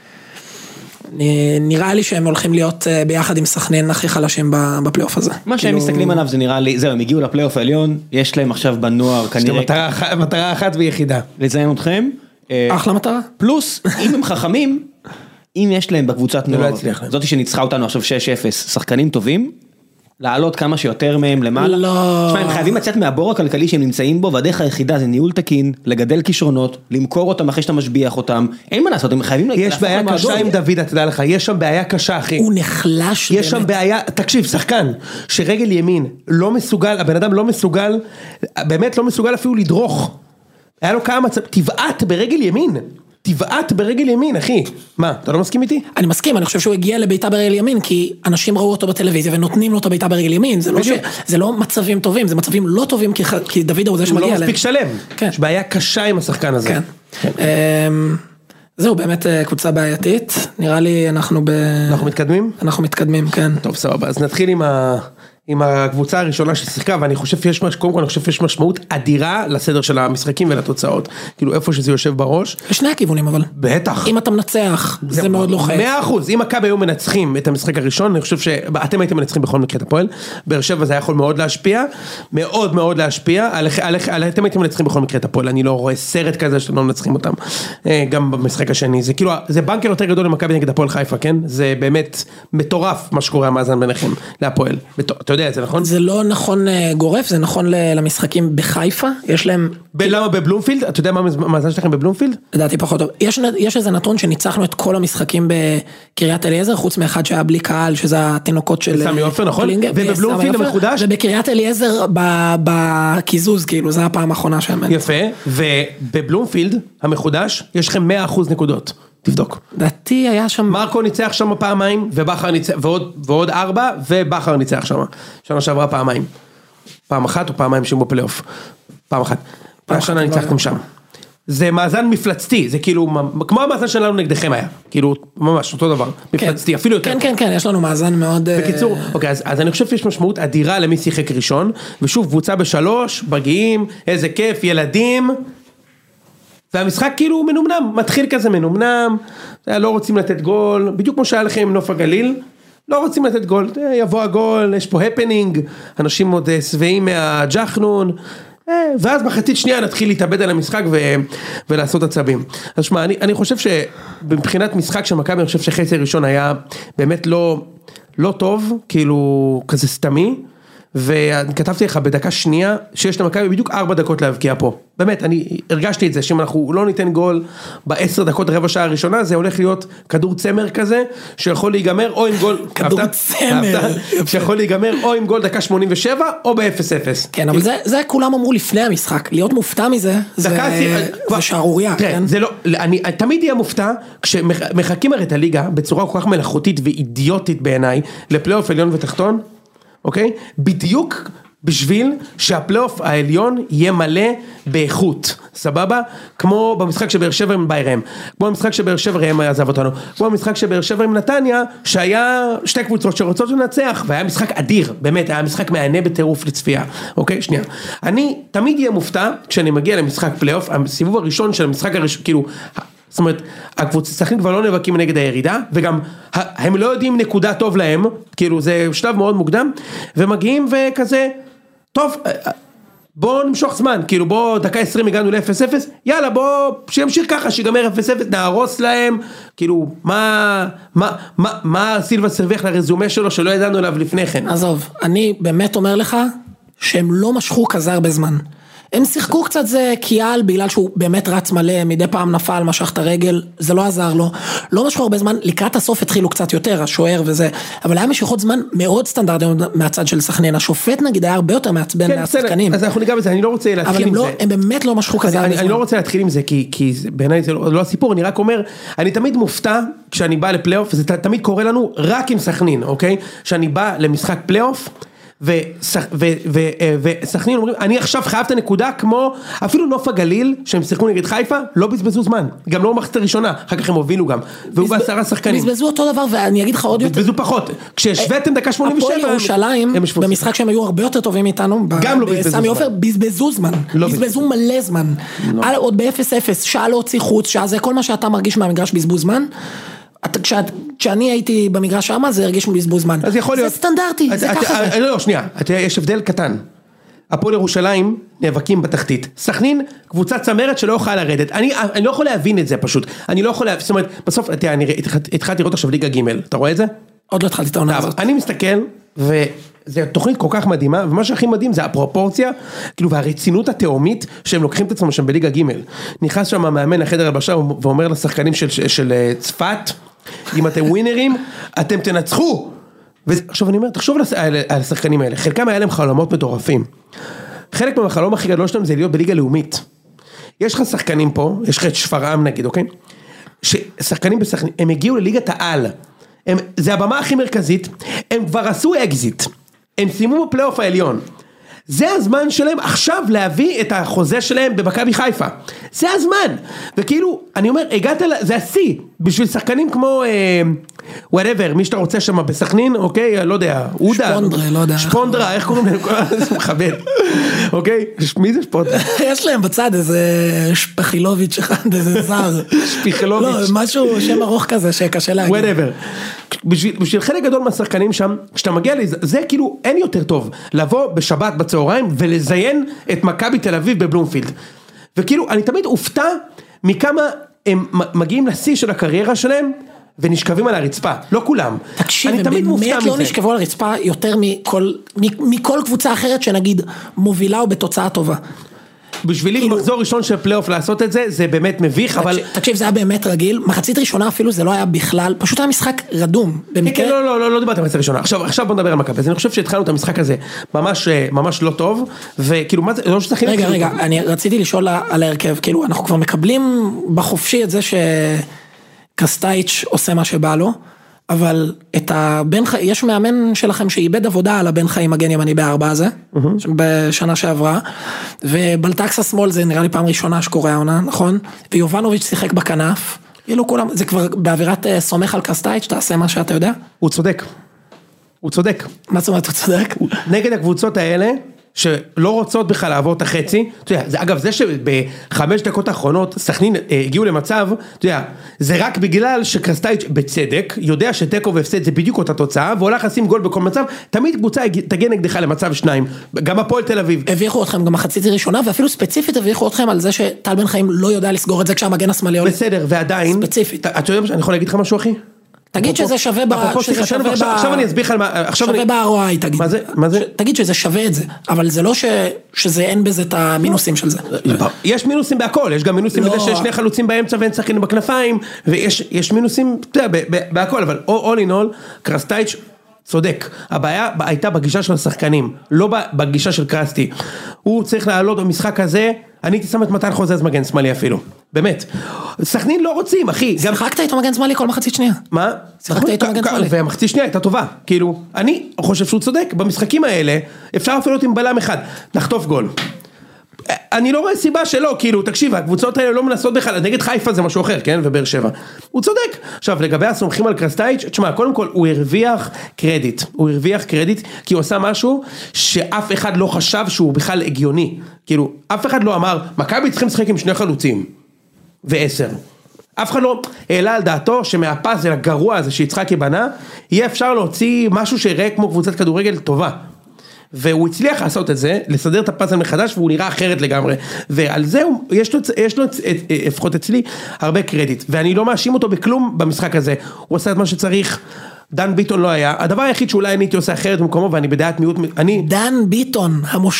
נראה לי שהם הולכים להיות ביחד עם סכנין הכי חלשים בפלייאוף הזה. מה שהם מסתכלים עליו זה נראה לי, זהו, הם הגיעו לפלייאוף העליון, יש להם עכשיו בנוער כנראה... מטרה אחת ויחידה. לציין אתכם. אחלה מטרה. פלוס, אם הם חכמים, אם יש להם בקבוצת נוער, זאתי שניצחה אותנו עכשיו 6-0, שחקנים טובים, לעלות כמה שיותר מהם למעלה. לא. תשמע, הם חייבים לצאת מהבור הכלכלי שהם נמצאים בו, והדרך היחידה זה ניהול תקין, לגדל כישרונות, למכור אותם אחרי שאתה משביח אותם. אין מה לעשות, הם חייבים... יש בעיה קשה עם דוד, אתה יודע לך, יש שם בעיה קשה, אחי. הוא נחלש באמת. יש שם בעיה, תקשיב, שחקן, שרגל ימין לא מסוגל, הבן אדם לא מסוגל, באמת לא מסוגל אפילו לדרוך. היה לו כמה מצב, תבעט ברגל ימין. תבעט ברגל ימין, אחי. מה, אתה לא מסכים איתי? אני מסכים, אני חושב שהוא הגיע לביתה ברגל ימין, כי אנשים ראו אותו בטלוויזיה ונותנים לו את הביתה ברגל ימין, זה לא מצבים טובים, זה מצבים לא טובים, כי דוד הוא זה שמגיע הוא לא מספיק שלם. כן. יש בעיה קשה עם השחקן הזה. כן. זהו, באמת קבוצה בעייתית, נראה לי אנחנו מתקדמים? אנחנו מתקדמים, כן. טוב, סבבה, אז נתחיל עם הקבוצה הראשונה ששיחקה, ואני חושב קודם כל אני חושב שיש משמעות אדירה לסדר של המשחקים ולתוצאות, כאילו איפה שזה יושב בראש. לשני הכיוונים אבל. בטח. אם אתה מנצח, זה מאוד לוחץ. 100%, אם מכבי היו מנצחים את המשחק הראשון, אני חושב שאתם הייתם מנצחים בכל מקרה את הפועל, באר שבע זה היה יכול מאוד להשפיע, מאוד מאוד להשפיע, אתם הייתם מנצחים בכל מקרה את הפועל, אני לא רואה סרט כזה שאתם לא מנצחים אותם, גם במשחק השני, זה כאילו, זה בנקר יותר גדול למכבי נגד הפועל חיפה, כן? זה באמת מטורף מה שקורה המאזן ביניכם להפועל. אתה יודע את זה, נכון? זה לא נכון גורף, זה נכון למשחקים בחיפה, יש להם... למה בבלומפילד? אתה יודע מה המאזן שלכם בבלומפילד? לדעתי פחות טוב. יש איזה נתון שניצחנו את כל המשחקים בקריית אליעזר, חוץ מאחד שהיה בלי קהל, שזה התינוקות של... סמי עופר, נכון? ובבלומפילד המחודש? ובקריית אליעזר בקיזוז, כאילו, זה הפעם האחרונה שהם... יפה, ובבלומפילד המחודש, יש לכם 100% נקודות. תבדוק. דעתי היה שם... מרקו ניצח שם פעמיים, ובחר ניצח, ועוד 4, ובחר ניצח שם. שנה שעברה פעמיים. פעם אחת או פעמיים שהם בפלייאוף. פעם אחת. והשנה ניצחתם שם. זה מאזן מפלצתי, זה כאילו, כמו המאזן שלנו נגדכם היה. כאילו, ממש, אותו דבר. מפלצתי, אפילו יותר. כן, כן, יש לנו מאזן מאוד... בקיצור, אוקיי, אז אני חושב שיש משמעות אדירה למי שיחק ראשון, ושוב, קבוצה ב3, בגיעים, איזה כיף, ילדים... והמשחק כאילו מנומנם, מתחיל כזה מנומנם, לא רוצים לתת גול, בדיוק כמו שהיה לכם עם נוף הגליל, לא רוצים לתת גול, יבוא הגול, יש פה הפנינג, אנשים עוד שבעים מהג'חנון, ואז מחצית שנייה נתחיל להתאבד על המשחק ולעשות עצבים. אז שמה, אני חושב שבבחינת משחק של מכבי, אני חושב שחצי ראשון היה באמת לא טוב, כאילו כזה סתמי, וכתבתי לך בדקה שנייה שיש למכבי בדיוק 4 דקות להבקיע פה. באמת, אני הרגשתי את זה, שאם אנחנו לא ניתן גול ב10 דקות רבע שעה הראשונה, זה הולך להיות כדור צמר כזה, שיכול להיגמר או עם גול... כדור צמר. שיכול להיגמר או עם גול דקה 87 או ב-0-0. כן, אבל זה כולם אמרו לפני המשחק, להיות מופתע מזה, זה שערוריה. זה לא, אני תמיד אהיה מופתע, כשמחכים הרי את הליגה, בצורה כל כך מלאכותית ואידיוטית בעיניי, לפלייאוף עליון ותחתון, אוקיי? בדיוק בשביל שהפלייאוף העליון יהיה מלא באיכות, סבבה? כמו במשחק שבאר שבע עם ביירם, כמו במשחק שבאר שבע ראם עזב אותנו, כמו במשחק שבאר שבע עם נתניה, שהיה שתי קבוצות שרוצות לנצח, והיה משחק אדיר, באמת, היה משחק מענה בטירוף לצפייה, אוקיי? שנייה. אני תמיד אהיה מופתע כשאני מגיע למשחק פלייאוף, הסיבוב הראשון של המשחק הראשון, כאילו... זאת אומרת, הקבוצה סכנין כבר לא נאבקים נגד הירידה, וגם הם לא יודעים נקודה טוב להם, כאילו זה שלב מאוד מוקדם, ומגיעים וכזה, טוב, בוא נמשוך זמן, כאילו בוא דקה 20 הגענו ל-0-0, יאללה בוא שימשיך ככה, שיגמר 0-0, נהרוס להם, כאילו מה סילבה סרוויח לרזומה שלו שלא ידענו אליו לפני כן. עזוב, אני באמת אומר לך, שהם לא משכו כזה הרבה זמן. הם שיחקו קצת זה קיאל, בגלל שהוא באמת רץ מלא, מדי פעם נפל, משך את הרגל, זה לא עזר לו, לא משכו הרבה זמן, לקראת הסוף התחילו קצת יותר, השוער וזה, אבל היה משיכות זמן מאוד סטנדרטיים מהצד של סכנין, השופט נגיד היה הרבה יותר מעצבן מהשחקנים. אז אנחנו ניגע בזה, אני לא רוצה להתחיל עם זה. אבל הם באמת לא משכו כזה הרבה זמן. אני לא רוצה להתחיל עם זה, כי בעיניי זה לא הסיפור, אני רק אומר, אני תמיד מופתע, כשאני בא לפלייאוף, זה תמיד קורה לנו רק עם סכנין, אוקיי? שאני בא למשחק פלייאוף, וסכנין אומרים, אני עכשיו חייב את הנקודה כמו, אפילו נוף הגליל, שהם שיחקו נגד חיפה, לא בזבזו זמן, גם לא במחצית הראשונה, אחר כך הם הובילו גם, והוא ב10 שחקנים. בזבזו אותו דבר, ואני אגיד לך עוד יותר. בזבזו פחות, כשהשוויתם דקה 87, הפועל ירושלים, במשחק שהם היו הרבה יותר טובים איתנו, גם לא בסמי עופר, בזבזו זמן, בזבזו מלא זמן, עוד ב-0-0, שעה להוציא חוץ, שעה זה כל מה שאתה מרגיש מהמגרש בזבוז זמן, כשאני הייתי במגרש שמה, זה הרגיש בזבוז זמן. אז יכול להיות. זה סטנדרטי, זה ככה זה. לא, שנייה, יש הבדל קטן. הפועל ירושלים נאבקים בתחתית. סכנין, קבוצה צמרת שלא יכולה לרדת. אני לא יכול להבין את זה פשוט. אני לא יכול להבין, זאת אומרת, בסוף, אני התחלתי לראות עכשיו ליגה ג', אתה רואה את זה? עוד לא התחלתי את העונה הזאת. אני מסתכל, וזו תוכנית כל כך מדהימה, ומה שהכי מדהים זה הפרופורציה, כאילו, והרצינות התאומית שהם לוקחים את עצמם שם בליגה ג'. נכנס שם המאמן לחדר הלבשה ואומר לשחקנים של צפת, אם אתם ווינרים, אתם תנצחו. ועכשיו אני אומר, תחשוב על השחקנים האלה, חלקם היה להם חלומות מטורפים. חלק מהחלום הכי גדול שלהם זה להיות בליגה לאומית. יש לך שחקנים פה, יש לך את שפרעם נגיד, אוקיי? ששחקנים בסכנין, הם הגיעו לליגת העל. זה הבמה הכי מרכזית, הם כבר עשו אקזיט. הם סיימו בפלייאוף העליון. זה הזמן שלהם עכשיו להביא את החוזה שלהם במכבי חיפה. זה הזמן. וכאילו, אני אומר, זה השיא, בשביל שחקנים כמו, whatever, מי שאתה רוצה שם בסכנין, אוקיי, לא יודע, אודה. שפונדרה, לא יודע. שפונדרה, איך קוראים להם? זה מכבד. אוקיי? מי זה שפונדרה? יש להם בצד איזה שפחילוביץ' אחד, איזה זר. שפחילוביץ'. לא, משהו שם ארוך כזה שקשה להגיד. whatever. בשביל חלק גדול מהשחקנים שם, כשאתה מגיע לזה, זה כאילו אין יותר טוב, לבוא בשבת בצהריים ולזיין את מכבי תל אביב בבלומפילד. וכאילו, אני תמיד הופתע מכמה הם מגיעים לשיא של הקריירה שלהם, ונשכבים על הרצפה, לא כולם. תקשיב, הם באמת לא נשכבו על הרצפה יותר מכל קבוצה אחרת שנגיד מובילה או בתוצאה טובה. בשבילי מחזור ראשון של פלייאוף לעשות את זה, זה באמת מביך, אבל... תקשיב, זה היה באמת רגיל, מחצית ראשונה אפילו זה לא היה בכלל, פשוט היה משחק רדום, במקרה... לא דיברתי על מחצית ראשונה, עכשיו בוא נדבר על מכבי, אז אני חושב שהתחלנו את המשחק הזה ממש לא טוב, וכאילו מה זה, לא שצריכים... רגע, אני רציתי לשאול על ההרכב, כאילו אנחנו כבר מקבלים בחופשי את זה שקרסטייץ' עושה מה שבא לו, אבל יש מאמן שלכם שאיבד עבודה על הבן חיים מגן ימני בארבע הזה, בשנה שעברה, ובלטקס השמאל זה נראה לי פעם ראשונה שקורה העונה, נכון? ויובנוביץ' שיחק בכנף, זה כבר באווירת סומך על קרסטייץ', תעשה מה שאתה יודע? הוא צודק. מה זאת אומרת הוא צודק? נגד הקבוצות האלה, שלא רוצות בכלל לעבור את החצי, אגב זה שבחמש דקות האחרונות סכנין הגיעו למצב, זה רק בגלל שקרסטייץ' בצדק, יודע שטקו והפסד זה בדיוק אותה תוצאה, והולך לשים גול בכל מצב, תמיד קבוצה תגיע נגדך למצב שניים, גם הפועל תל אביב. הביכו אתכם גם מחצית ראשונה, ואפילו ספציפית הביכו אתכם על זה שטל בן חיים לא יודע לסגור את זה כשהמגן השמאלי עולה. בסדר, ועדיין, ספציפית. אתה יודע, אני יכול להגיד לך משהו אחי? תגיד שזה שווה עכשיו אני אסביר לך שווה ב-ROI, תגיד. מה זה? תגיד שזה שווה את זה, אבל זה לא שזה אין בזה את המינוסים של זה. יש מינוסים בהכל, יש גם מינוסים בזה שיש שני חלוצים באמצע ואין שחקנים בכנפיים, ויש מינוסים בהכל, אבל all in all, קרסטייץ' צודק. הבעיה הייתה בגישה של השחקנים, לא בגישה של קרסטי. הוא צריך לעלות במשחק הזה, אני הייתי שם את מתן חוזז מגן שמאלי אפילו. באמת. סכנין לא רוצים, אחי. שיחקת איתו מגן שמאלי כל מחצית שנייה. מה? שיחקת איתו מגן שמאלי. והמחצית שנייה הייתה טובה. כאילו, אני חושב שהוא צודק. במשחקים האלה, אפשר אפילו עם בלם אחד. נחטוף גול. אני לא רואה סיבה שלא, כאילו, תקשיב, הקבוצות האלה לא מנסות בכלל, נגד חיפה זה משהו אחר, כן? ובאר שבע. הוא צודק. עכשיו, לגבי הסומכים על קרסטייץ', תשמע, קודם כל, הוא הרוויח קרדיט, כי הוא עשה משהו שאף אחד לא חשב שהוא בכלל הגיוני. כאילו, אף אחד לא אמר, מכבי צריכים לשחק עם שני חלוצים. ו10. אף אחד לא העלה על דעתו שמהפס הגרוע הזה שיצחקי בנה, יהיה אפשר להוציא משהו שיראה כמו קבוצת כדורגל טובה. והוא הצליח לעשות את זה, לסדר את הפס מחדש, והוא נראה אחרת לגמרי. ועל זה יש לו לפחות אצלי הרבה קרדיט. ואני לא מאשים אותו בכלום במשחק הזה. הוא עושה את מה שצריך. דן ביטון לא היה. הדבר היחיד שאולי אני הייתי עושה אחרת במקומו, ואני בדעת מיעוט... דן ביטון,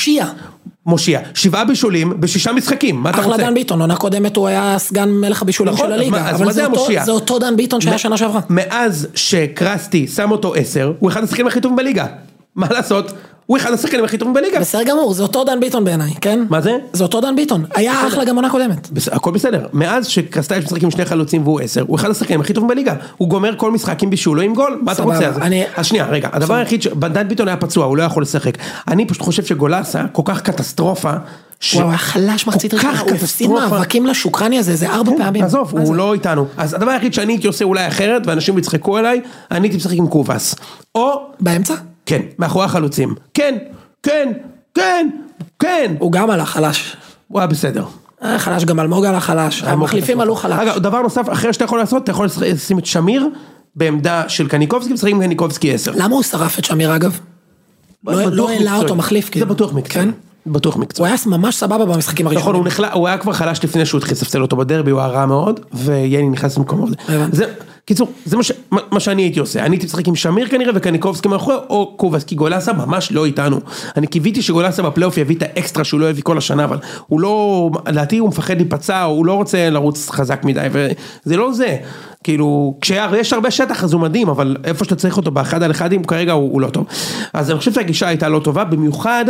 המושיע. 7 בישולים ב6 משחקים, מה אתה רוצה? אחלה דן ביטון, עונה קודמת הוא היה סגן מלך הבישולים של הליגה, אבל זה אותו דן ביטון שהיה שנה שעברה. מאז שקרסטי שם אותו 10, הוא אחד השחקנים הכי טובים בליגה. מה לעשות? הוא אחד השחקנים הכי טובים בליגה. בסדר גמור, זה אותו דן ביטון בעיניי, כן? מה זה? זה אותו דן ביטון, היה אחלה גם עונה קודמת. הכל בסדר, מאז שקסטייץ' משחק עם שני חלוצים והוא 10, הוא אחד השחקנים הכי טובים בליגה, הוא גומר כל משחק עם בישול, לא עם גול, מה אתה רוצה? אז שנייה, רגע, הדבר היחיד, דן ביטון היה פצוע, הוא לא יכול לשחק, אני פשוט חושב שגולסה כל כך קטסטרופה, הוא היה חלש מחצית ראשונה, הוא הפסיד מאבקים לשוקרני הזה, זה 4 פעמים. עזוב, הוא לא איתנו, אז הדבר היחיד שאני הייתי עושה אולי אחרת, ואנשים יצחקו אליי, אני הייתי משחק עם קובס, או באמצע? כן, מאחורי החלוצים, כן, כן, כן, כן. הוא גם עלה חלש. הוא היה בסדר. חלש, גם אלמוג עלה חלש, המחליפים עלו חלש. אגב, דבר נוסף, אחרי שאתה יכול לעשות, אתה יכול לשים את שמיר, בעמדה של קניקובסקי, משחקים עם קניקובסקי 10. למה הוא שרף את שמיר אגב? לא העלה אותו מחליף. זה בטוח מקצועי. בטוח מקצועי. הוא היה ממש סבבה במשחקים הראשונים. נכון, הוא היה כבר חלש לפני שהוא התחיל לספסל אותו בדרבי, הוא היה רע מאוד, וייני נכנס למקום הזה. קיצור, זה מה שאני הייתי עושה, אני הייתי משחק עם שמיר כנראה וקניקובסקי מאחורי, או קובס, כי גולסה ממש לא איתנו. אני קיוויתי שגולסה בפלייאוף יביא את האקסטרה שהוא לא יביא כל השנה, אבל הוא לא, לדעתי הוא מפחד להיפצע, הוא לא רוצה לרוץ חזק מדי, וזה לא זה. כאילו, כשיש הרבה שטח אז הוא מדהים, אבל איפה שאתה צריך אותו באחד על אחד, כרגע הוא לא טוב. אז אני חושב שהגישה הייתה לא טובה, במיוחד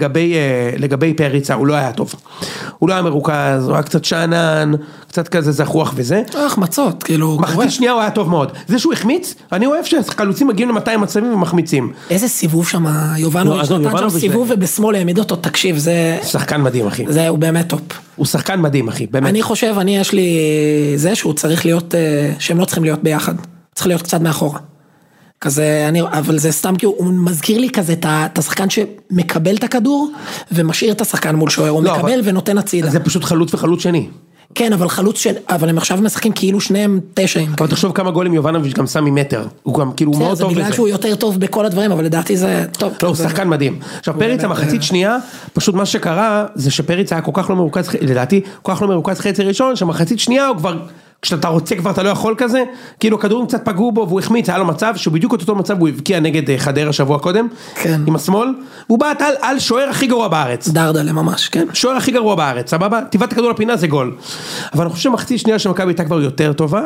לגבי פריצה, הוא לא היה טוב. הוא לא היה מרוכז, הוא היה קצת שענן, קצת כזה זחוח וזה. החמצות, כאילו. מחצית שנייה הוא היה טוב מאוד. זה שהוא החמיץ, אני אוהב שהחלוצים מגיעים ל200 מצבים ומחמיצים. איזה סיבוב שם, יובנוביץ' נתן שם סיבוב ובשמאל העמיד אותו, תקשיב, זה... שחקן מדהים, אחי. הוא באמת טופ. הוא שחקן מדהים, אחי, באמת. אני חושב, יש לי זה שהוא צריך להיות, שהם לא צריכים להיות ביחד. צריך להיות קצת מאחורה. כזה, אבל זה סתם כי הוא מזכיר לי כזה את השחקן שמקבל את הכדור, ומשאיר את השחקן מול שוער, הוא מקבל ונותן הצידה. זה פשוט חלוץ וחלוץ שני. כן, אבל אבל הם עכשיו משחקים כאילו שניהם 9. אבל תחשוב כמה גולים יובנוביץ' גם שם ממטר. הוא גם כאילו מאוד טוב בזה. זה בגלל שהוא יותר טוב בכל הדברים, אבל לדעתי זה טוב. לא, הוא שחקן מדהים. עכשיו פריצה מחצית שנייה, פשוט מה שקרה, זה שפריצה היה כל כך לא מרוכז, לדעתי, כל כך לא מרוכז חצי ראשון, שמחצית שנייה הוא כבר, כשאתה רוצה כבר אתה לא יכול כזה, כאילו כדורים קצת פגעו בו והוא החמיץ, היה לו מצב, שבדיוק אותו מצב הוא הבקיע נגד חדרה שבוע קודם, עם השמאל, הוא בא על שוער הכי גרוע בארץ. דרדלה ממש, כן. שוער הכי גרוע בארץ, סבבה? טבעת הכדור לפינה זה גול. אבל אני חושב שמחצית שנייה שמכבי הייתה כבר יותר טובה,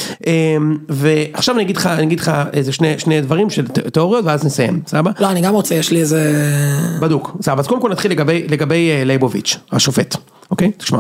ועכשיו אני אגיד לך איזה שני דברים של תיאוריות ואז נסיים, סבבה? לא, אני גם רוצה, יש לי איזה... בדוק, סבבה, אז קודם כל נתחיל לגבי לייבוביץ', השופט, אוקיי? תשמע.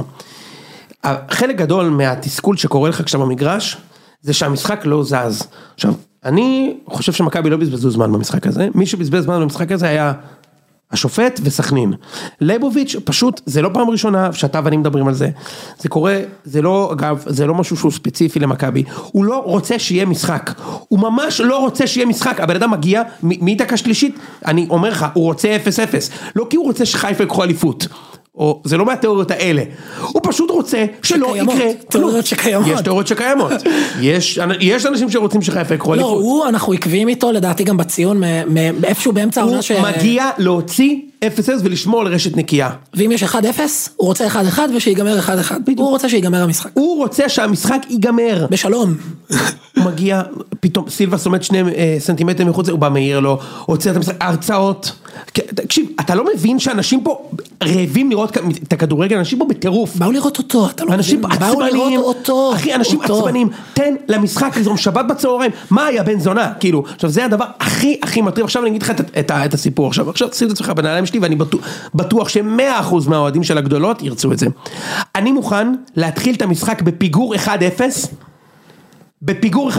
חלק גדול מהתסכול שקורה לך כשאתה במגרש, זה שהמשחק לא זז. עכשיו, אני חושב שמכבי לא בזבזו זמן במשחק הזה, מי שבזבז זמן במשחק הזה היה השופט וסכנין. לייבוביץ' פשוט, זה לא פעם ראשונה שאתה ואני מדברים על זה, זה קורה, זה לא, אגב, זה לא משהו שהוא ספציפי למכבי, הוא לא רוצה שיהיה משחק, הוא ממש לא רוצה שיהיה משחק, הבן אדם מגיע, מדקה שלישית, אני אומר לך, הוא רוצה 0-0, לא כי הוא רוצה שחיפה יקחו אליפות, או זה לא מהתיאוריות האלה, הוא פשוט רוצה שלא יקרה. תיאוריות שקיימות. יש תיאוריות שקיימות. יש אנשים שרוצים שחיפה יקחו אליפות. לא, אנחנו עקביים איתו לדעתי גם בציון, מאיפשהו באמצע העונה הוא מגיע להוציא 0-0 ולשמור על רשת נקייה. ואם יש 1-0, הוא רוצה 1-1 ושיגמר 1-1. הוא רוצה שיגמר המשחק. הוא רוצה שהמשחק ייגמר. בשלום. הוא מגיע, פתאום סילבס עומד 2 סנטימטר מחוץ, הוא בא מהיר לו, הוציא את המשחק, הרצאות. תקשיב, אתה לא מבין שאנשים פה רעבים לראות את הכדורגל, אנשים פה בטירוף. באו לראות אותו, אתה לא מבין. באו לראות אותו. אחי, אנשים עצבנים, תן למשחק לזרום שבת בצהריים, מה היה בן זונה? כאילו, עכשיו זה הדבר הכי מטריב, עכשיו אני אגיד לך את הסיפור עכשיו שים את עצמך בנעליים שלי, ואני בטוח ש100% מהאוהדים של הגדולות ירצו את זה. אני מוכן להתחיל את המשחק בפיגור 1-0, בפיגור 1-0,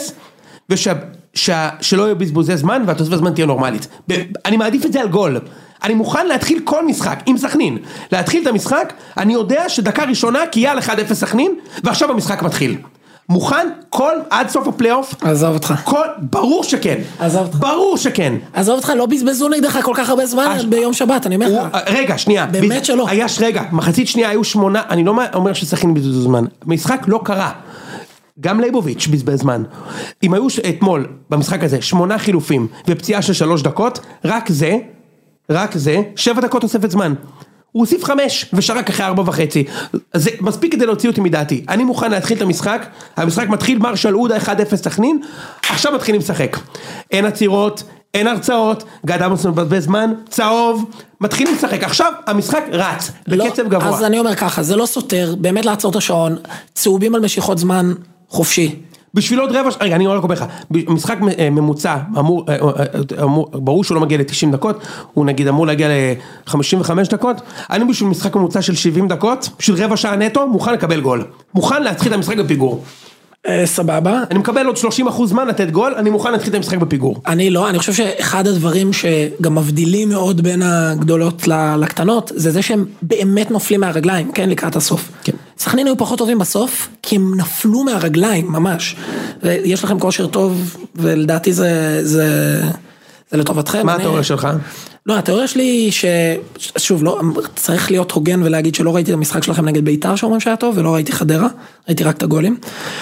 שלא יהיו בזבוזי זמן, והתוספת הזמן תהיה נורמלית. אני מעדיף את זה על גול. אני מוכן להתחיל כל משחק, עם סכנין. להתחיל את המשחק, אני יודע שדקה ראשונה, כי יהיה על 1-0 סכנין, ועכשיו המשחק מתחיל. מוכן עד סוף הפלייאוף? עזוב אותך. ברור שכן. עזוב אותך. ברור שכן. עזוב אותך, לא בזבזו נגדך כל כך הרבה זמן ביום שבת, אני אומר לך. רגע, שנייה. באמת שלא. רגע, מחצית שנייה היו 8, אני לא אומר שסכנין בזבזו זמן. משחק לא קרה. גם לייבוביץ' בזבז זמן. אם היו אתמול במשחק הזה 8 חילופים ופציעה של 3 דקות, רק זה 7 דקות תוספת זמן. הוא הוסיף 5 ושרק אחרי 4.5. זה מספיק כדי להוציא אותי מדעתי. אני מוכן להתחיל את המשחק, המשחק מתחיל מרשל עודה 1-0 סכנין, עכשיו מתחילים לשחק. אין עצירות, אין הרצאות, גד עמוס מבזבז זמן, צהוב, מתחילים לשחק. עכשיו המשחק רץ, בקצב גבוה. אז אני אומר ככה, זה לא סותר, באמת לעצור את השעון, צהובים על משיכות זמן חופשי. בשביל עוד רבע, רגע, אני אומר לך, משחק ממוצע, ברור שהוא לא מגיע ל-90 דקות, הוא נגיד אמור להגיע ל-55 דקות, אני בשביל משחק ממוצע של 70 דקות, בשביל רבע שעה נטו, מוכן לקבל גול. מוכן להתחיל את המשחק בפיגור. סבבה. אני מקבל עוד 30% זמן לתת גול, אני מוכן להתחיל את המשחק בפיגור. אני לא, אני חושב שאחד הדברים שגם מבדילים מאוד בין הגדולות לקטנות, זה שהם באמת נופלים מהרגליים, כן, לקראת הסוף. כן. סכנין היו פחות טובים בסוף, כי הם נפלו מהרגליים, ממש. יש לכם כושר טוב, ולדעתי זה לטובתכם. מה התיאוריה שלך? לא, התיאוריה שלי שוב, לא, צריך להיות הוגן ולהגיד שלא ראיתי את המשחק שלכם נגד ביתר שאומרים שהיה טוב, ולא ראיתי חדרה, ראיתי רק את הגולים.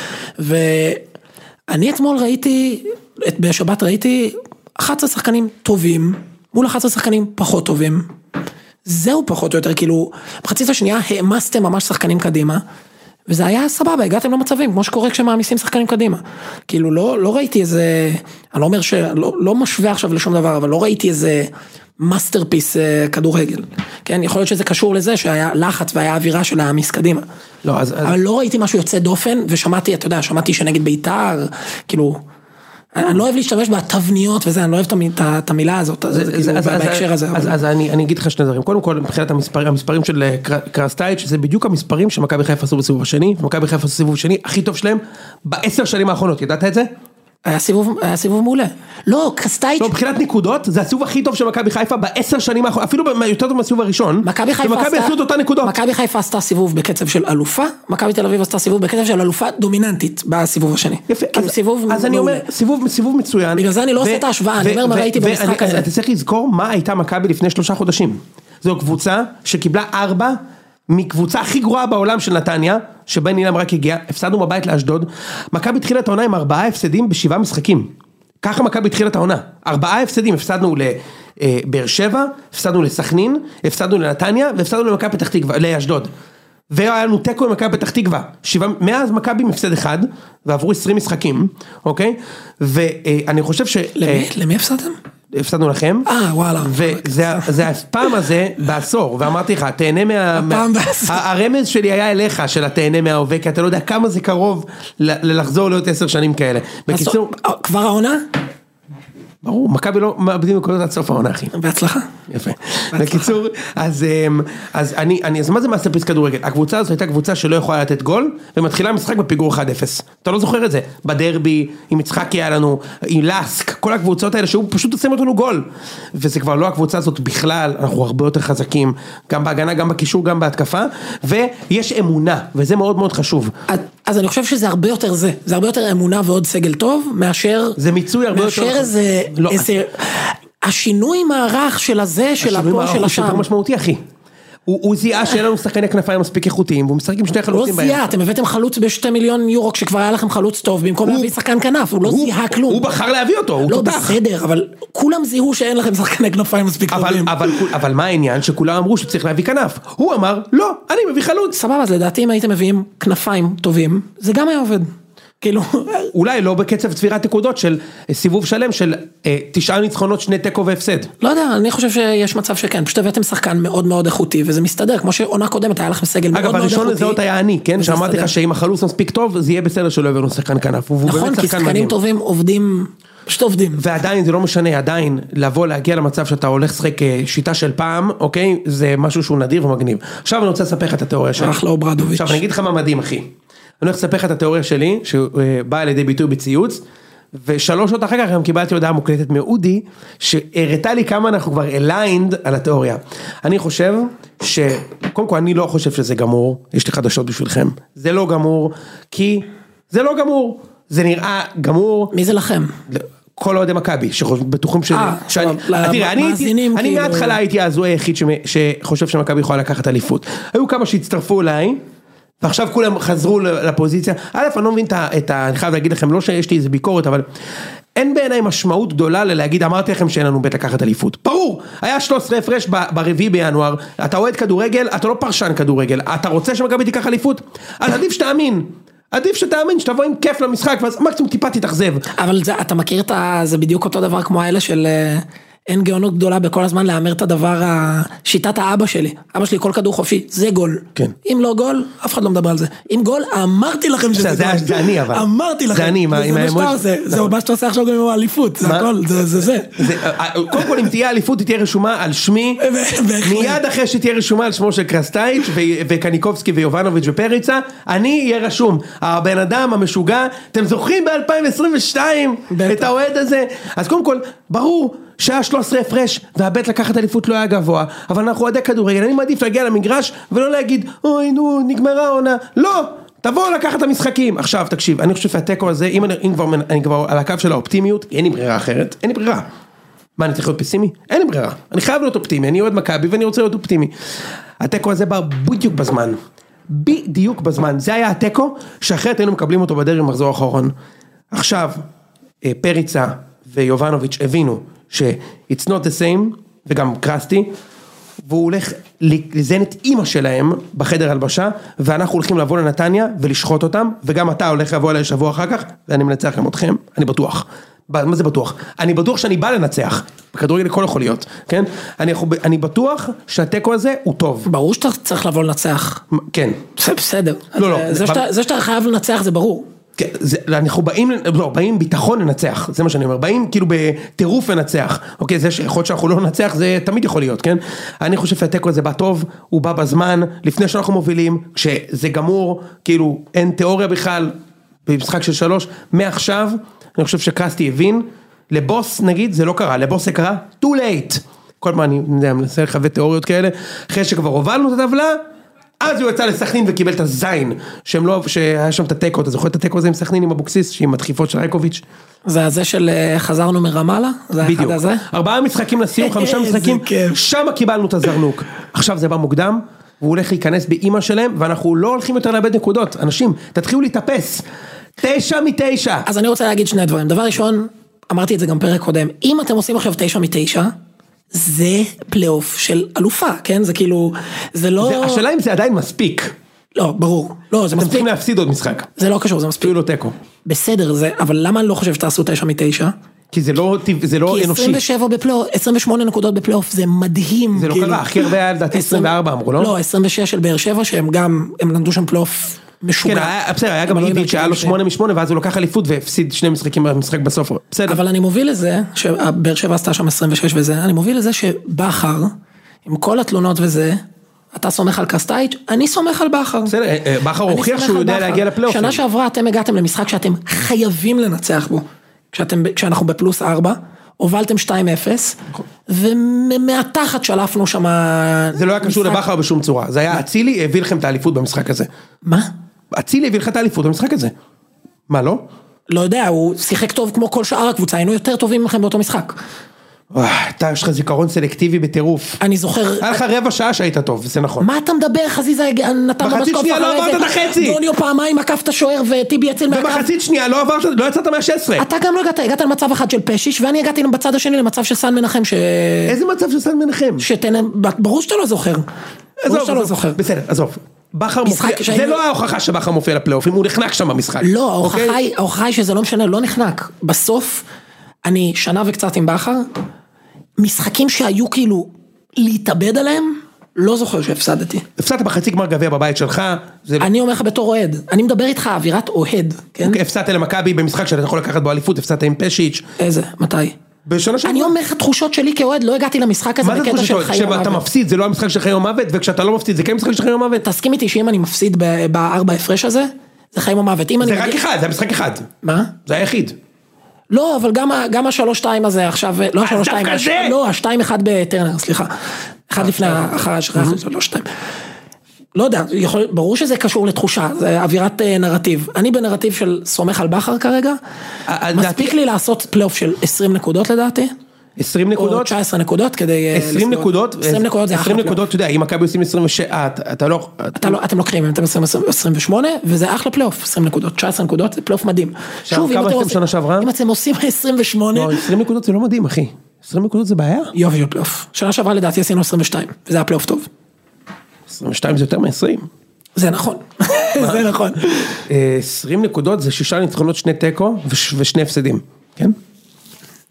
ואני אתמול ראיתי, בשבת ראיתי 11 שחקנים טובים, מול 11 שחקנים פחות טובים. זהו פחות או יותר, כאילו, בחצית השנייה העמסתם ממש שחקנים קדימה, וזה היה סבבה, הגעתם למצבים, כמו שקורה כשמעמיסים שחקנים קדימה. כאילו, לא ראיתי איזה, אני לא אומר לא משווה עכשיו לשום דבר, אבל לא ראיתי איזה מאסטרפיס כדורגל. כן, יכול להיות שזה קשור לזה שהיה לחץ והיה אווירה של העמיס קדימה. לא, אבל לא ראיתי משהו יוצא דופן, ושמעתי, אתה יודע, שמעתי שנגד ביתר, כאילו, אני לא אוהב להשתמש בתבניות וזה, אני לא אוהב את המילה הזאת, בהקשר הזה. אז אני אגיד לך שני דברים. קודם כל, מבחינת המספרים של קרסטייץ', זה בדיוק המספרים שמכבי חיפה עשו בסיבוב השני, ומכבי חיפה עשו בסיבוב השני, הכי טוב שלהם, ב10 שנים האחרונות, ידעת את זה? היה סיבוב מעולה. לא, קרסטייץ'. לא, מבחינת נקודות, זה הסיבוב הכי טוב של מכבי חיפה ב10 שנים האחרונות, אפילו יותר טוב מהסיבוב הראשון. מכבי חיפה עשתה סיבוב בקצב של אלופה, מכבי תל אביב עשתה סיבוב בקצב של אלופה דומיננטית בסיבוב השני. יפה, אז אני אומר, סיבוב מצוין. בגלל זה אני לא עושה את ההשוואה, אני אומר מה ראיתי במשחק הזה. אתה צריך לזכור מה הייתה מכבי לפני 3 חודשים. זו קבוצה שקיבלה 4 מקבוצה הכי גרועה בעולם של נתניה, שבן אילם רק הגיע, הפסדנו בבית לאשדוד, מכבי התחילה את העונה עם 4 הפסדים ב7 משחקים. ככה מכבי התחילה את העונה. 4 הפסדים, הפסדנו לבאר שבע, הפסדנו לסכנין, הפסדנו לנתניה, והפסדנו למכבי פתח תקווה, לאשדוד. והיה לנו תיקו עם מכבי פתח תקווה. מאז מכבי מפסד 1, ועברו 20 משחקים, אוקיי? ואני חושב למי הפסדתם? הפסדנו לכם, וואלה. וזה הפעם הזה בעשור, ואמרתי לך, תהנה הרמז שלי היה אליך, של התהנה מההווה, כי אתה לא יודע כמה זה קרוב לחזור להיות 10 שנים כאלה. בקיצור, כבר העונה? ברור, מכבי לא מאבדים נקודות עד סוף העונה, אחי. בהצלחה. יפה. בקיצור, אז מה זה מאסטרפיס כדורגל? הקבוצה הזו הייתה קבוצה שלא יכולה לתת גול, ומתחילה משחק בפיגור 1-0. אתה לא זוכר את זה? בדרבי, עם יצחקי היה לנו, עם לסק, כל הקבוצות האלה שהוא פשוט עושים אותנו גול. וזה כבר לא הקבוצה הזאת בכלל, אנחנו הרבה יותר חזקים, גם בהגנה, גם בקישור, גם בהתקפה, ויש אמונה, וזה מאוד מאוד חשוב. אז אני חושב שזה הרבה יותר זה הרבה יותר אמונה ועוד סגל טוב, מאשר... זה מיצוי הרבה יותר... מאשר איזה... השינוי מערך של הזה, של הפה, של השם. הוא יותר משמעותי, אחי. הוא זיהה שאין לנו שחקני כנפיים מספיק איכותיים, והוא משחק עם 2 חלוצים בהם. לא זיהה, אתם הבאתם חלוץ ב2 מיליון יורו, כשכבר היה לכם חלוץ טוב, במקום להביא שחקן כנף, הוא לא זיהה כלום. הוא בחר להביא אותו, הוא תותח. לא בסדר, אבל כולם זיהו שאין לכם שחקני כנפיים מספיק טובים. אבל מה העניין? שכולם אמרו שצריך להביא כנף. הוא אמר, לא, אני מביא חלוץ. סבבה, אז לדעתי אם הייתם מביאים כנפיים טובים, זה גם היה עובד. כאילו... אולי לא בקצב צבירת נקודות של סיבוב שלם של 9 ניצחונות, 2 תיקו והפסד. לא יודע, אני חושב שיש מצב שכן, פשוט הבאתם שחקן מאוד מאוד איכותי, וזה מסתדר, כמו שעונה קודמת היה לכם סגל מאוד מאוד איכותי. אגב, הראשון לזה היה אני, כן? שאמרתי לך שאם החלוץ מספיק טוב, זה יהיה בסדר שלא הבאנו שחקן כנף. נכון, כי שחקנים טובים עובדים, פשוט עובדים. ועדיין, זה לא משנה, עדיין, לבוא, להגיע למצב שאתה הולך לשחק שיטה של פעם, אוקיי? זה משהו שהוא נדיר ומגניב. עכשיו אני רוצה לספר לך את התיאוריה שלי. אחלה אוברדוביץ'. עכשיו אני אגיד לך מה מדהים, אחי. אני הולך לספר לך את התיאוריה שלי, שבאה על ידי ביטוי בציוץ, ו3 שעות אחר כך גם קיבלתי הודעה מוקלטת מאודי, שהראתה לי כמה אנחנו כבר aligned על התיאוריה. אני חושב קודם כל אני לא חושב שזה גמור, יש לי חדשות בשבילכם, זה לא גמור, כי זה לא גמור, זה נראה גמור. מי זה לכם? כל אוהדי מכבי, שבטוחים תראה, אני מההתחלה הייתי הזוי היחיד שחושב שמכבי יכולה לקחת אליפות. היו כמה שהצטרפו אליי, ועכשיו כולם חזרו לפוזיציה. אני לא מבין אני חייב להגיד לכם, לא שיש לי איזה ביקורת, אבל אין בעיניי משמעות גדולה ללהגיד, אמרתי לכם שאין לנו בית לקחת אליפות. ברור, היה 13 הפרש ברביעי בינואר, אתה אוהד כדורגל, אתה לא פרשן כדורגל, אתה רוצה שמכבי תיקח אליפות? אז עדיף שתאמין, שתבוא עם כיף למשחק, ואז מקסימום טיפה תתאכזב. אבל אתה מכיר זה בדיוק אותו דבר כמו האלה של... אין גאונות גדולה בכל הזמן לאמר את הדבר, שיטת האבא שלי. אבא שלי כל כדור חופשי, זה גול. כן. אם לא גול, אף אחד לא מדבר על זה. אם גול, אמרתי לכם שזה גול. זה אני אבל. אמרתי לכם. זה אני, זה מה שאתה עושה עכשיו גם עם האליפות, זה הכל, זה. קודם כל אם תהיה אליפות, היא תהיה רשומה על שמי, מיד אחרי שתהיה רשומה על שמו של קרסטייץ' וקניקובסקי ויובנוביץ' ופריצה, אני אהיה רשום. הבן אדם המשוגע, אתם זוכרים ב-2022 את האוהד הזה? אז קודם כל, ברור שהיה 13 הפרש, והבית לקחת אליפות לא היה גבוה, אבל אנחנו עדי כדורגל, אני מעדיף להגיע למגרש, ולא להגיד, אוי נו, נגמרה העונה, לא, תבואו לקחת את המשחקים. עכשיו, תקשיב, אני חושב שהטקו הזה, אם אני כבר על הקו של האופטימיות, אין לי ברירה אחרת, אין לי ברירה. מה, אני צריך להיות פסימי? אין לי ברירה, אני חייב להיות אופטימי, אני אוהד מכבי ואני רוצה להיות אופטימי. הטקו הזה בא בדיוק בזמן, בדיוק בזמן, זה היה הטקו, שאחרת היינו מקבלים אותו בדרך במחזור האחרון. עכשיו, פריצה ויובנוביץ' הבינו ש-it's not the same, וגם קרסטי, והוא הולך לזן את אמא שלהם בחדר הלבשה, ואנחנו הולכים לבוא לנתניה ולשחוט אותם, וגם אתה הולך לבוא אליי שבוע אחר כך, ואני מנצח גם אתכם, אני בטוח. מה זה בטוח? אני בטוח שאני בא לנצח, בכדורגל הכל יכול להיות, כן? אני בטוח שהטקו הזה הוא טוב. ברור שאתה צריך לבוא לנצח. כן. זה בסדר. לא. זה שאתה חייב לנצח זה ברור. אנחנו באים ביטחון לנצח, זה מה שאני אומר, באים כאילו בטירוף לנצח, אוקיי, זה שיכול להיות שאנחנו לא ננצח, זה תמיד יכול להיות, כן? אני חושב שהטקו הזה בא טוב, הוא בא בזמן, לפני שאנחנו מובילים, כשזה גמור, כאילו אין תיאוריה בכלל, במשחק של 3, מעכשיו, אני חושב שקרסטי הבין, לבוס נגיד, זה לא קרה, לבוס זה קרה, too late, כל פעם אני מנסה לחווה תיאוריות כאלה, אחרי שכבר הובלנו את הטבלה, אז הוא יצא לסכנין וקיבל את הזין, שהיה שם את הטקו, אתה זוכר את הטקו הזה עם סכנין עם אבוקסיס, שעם הדחיפות של רייקוביץ'? זה הזה של חזרנו מרמאללה? בדיוק, 4 משחקים לסיום, 5 משחקים, שם קיבלנו את הזרנוק, עכשיו זה בא מוקדם, והוא הולך להיכנס באמא שלהם, ואנחנו לא הולכים יותר לאבד נקודות, אנשים, תתחילו להתאפס, 9 מ-9. אז אני רוצה להגיד שני דברים, דבר ראשון, אמרתי את זה גם פרק קודם, אם אתם עושים עכשיו 9 מ-9, זה פלייאוף של אלופה, כן? זה כאילו, זה לא... השאלה אם זה עדיין מספיק. לא, ברור. לא, זה מספיק. אתם צריכים להפסיד עוד משחק. זה לא קשור, זה מספיק. אפילו לא טקו. בסדר, זה, אבל למה אני לא חושב שתעשו 9 מ-9? כי זה לא אנושי. כי 27 בפלייאוף, 28 נקודות בפלייאוף, זה מדהים. זה לא קרה, הכי הרבה היה לדעתי 24 אמרו, לא? לא, 26 של באר שבע, שהם גם, הם למדו שם פלייאוף משוגע. כן, בסדר, היה גם איביץ' שהיה לו 8 מ-8, ואז הוא לקח אליפות והפסיד 2 משחקים במשחק בסוף. בסדר. אבל אני מוביל לזה, שבאר שבע עשתה שם 26 וזה, אני מוביל לזה שבחר, עם כל התלונות וזה, אתה סומך על קרסטייץ', אני סומך על בחר. בסדר, בחר הוכיח שהוא יודע להגיע לפלייאוף. שנה שעברה אתם הגעתם למשחק שאתם חייבים לנצח בו, כשאנחנו בפלוס 4, הובלתם 2-0, ומהתחת שלפנו שם... זה לא היה קשור לבחר בשום צורה, זה היה אצילי הביא לכם את האליפות במשחק הזה. מה? אצילי הביא לך את האליפות במשחק הזה. מה, לא? לא יודע, הוא שיחק טוב כמו כל שאר הקבוצה, היינו יותר טובים מכם באותו משחק. אתה, יש לך זיכרון סלקטיבי בטירוף. אני זוכר... היה לך רבע שעה שהיית טוב, זה נכון. מה אתה מדבר, חזיזה נתן במחצית שנייה לא עברת את החצי. דוניו פעמיים עקף את השוער וטיבי יצל מהקו. במחצית שנייה לא יצאת מה-16. אתה גם לא הגעת למצב אחד של פשיש, ואני הגעתי בצד השני למצב של סן מנחם איזה מצב של סן מנחם? ברור שאתה לא זוכר. בסדר, עזוב. בחר מופיע, זה לא ההוכחה שבחר מופיע לפלייאוף, אם הוא נחנק שם במשחק. לא, ההוכחה היא שזה לא משנה, לא נחנק. בסוף, אני שנה וקצת עם בחר, משחקים שהיו כאילו להתאבד עליהם, לא זוכר שהפסדתי. הפסדת בחצי גמר גביע בבית שלך. אני אומר לך בתור אוהד, אני מדבר איתך אווירת אוהד. הפסדת למכבי במשחק שאתה יכול לקחת בו אליפות, הפסדת עם פשיץ'. איזה, מתי? אני אומר לך תחושות שלי כאוהד, לא הגעתי למשחק הזה בקטע של חיים ומוות. כשאתה מפסיד זה לא המשחק של חיים ומוות, וכשאתה לא מפסיד זה כן משחק של חיים ומוות. תסכים איתי שאם אני מפסיד ב4 הפרש הזה, זה חיים ומוות. זה רק אחד, זה המשחק אחד. מה? זה היחיד. לא, אבל גם ה3-2 הזה עכשיו, לא ה3-2, לא, ה2-1 בטרנר, סליחה. אחד לפני אחר 3-2. לא יודע, ברור שזה קשור לתחושה, זה אווירת נרטיב. אני בנרטיב של סומך על בחר כרגע, מספיק לי לעשות פלייאוף של 20 נקודות לדעתי. 20 נקודות? או 19 נקודות כדי... 20 נקודות? 20 נקודות זה אחלה פלייאוף. 20 נקודות, אתה יודע, אם מכבי עושים 26, אתה לא... אתם לוקחים, אתם 28, וזה אחלה פלייאוף, 20 נקודות, 19 נקודות, זה פלייאוף מדהים. שוב, כמה אתם שנה שעברה? אם אתם עושים 28... לא, 20 נקודות זה לא מדהים, אחי. 20 נקודות זה בעיה? יופי של פלייאוף. שנה שעברה לדעתי עשינו 22, וזה היה פלייאוף טוב. 22 זה יותר מ-20. זה נכון, זה נכון. 20 נקודות זה 6 ניצחונות, 2 תיקו ו2 הפסדים, כן?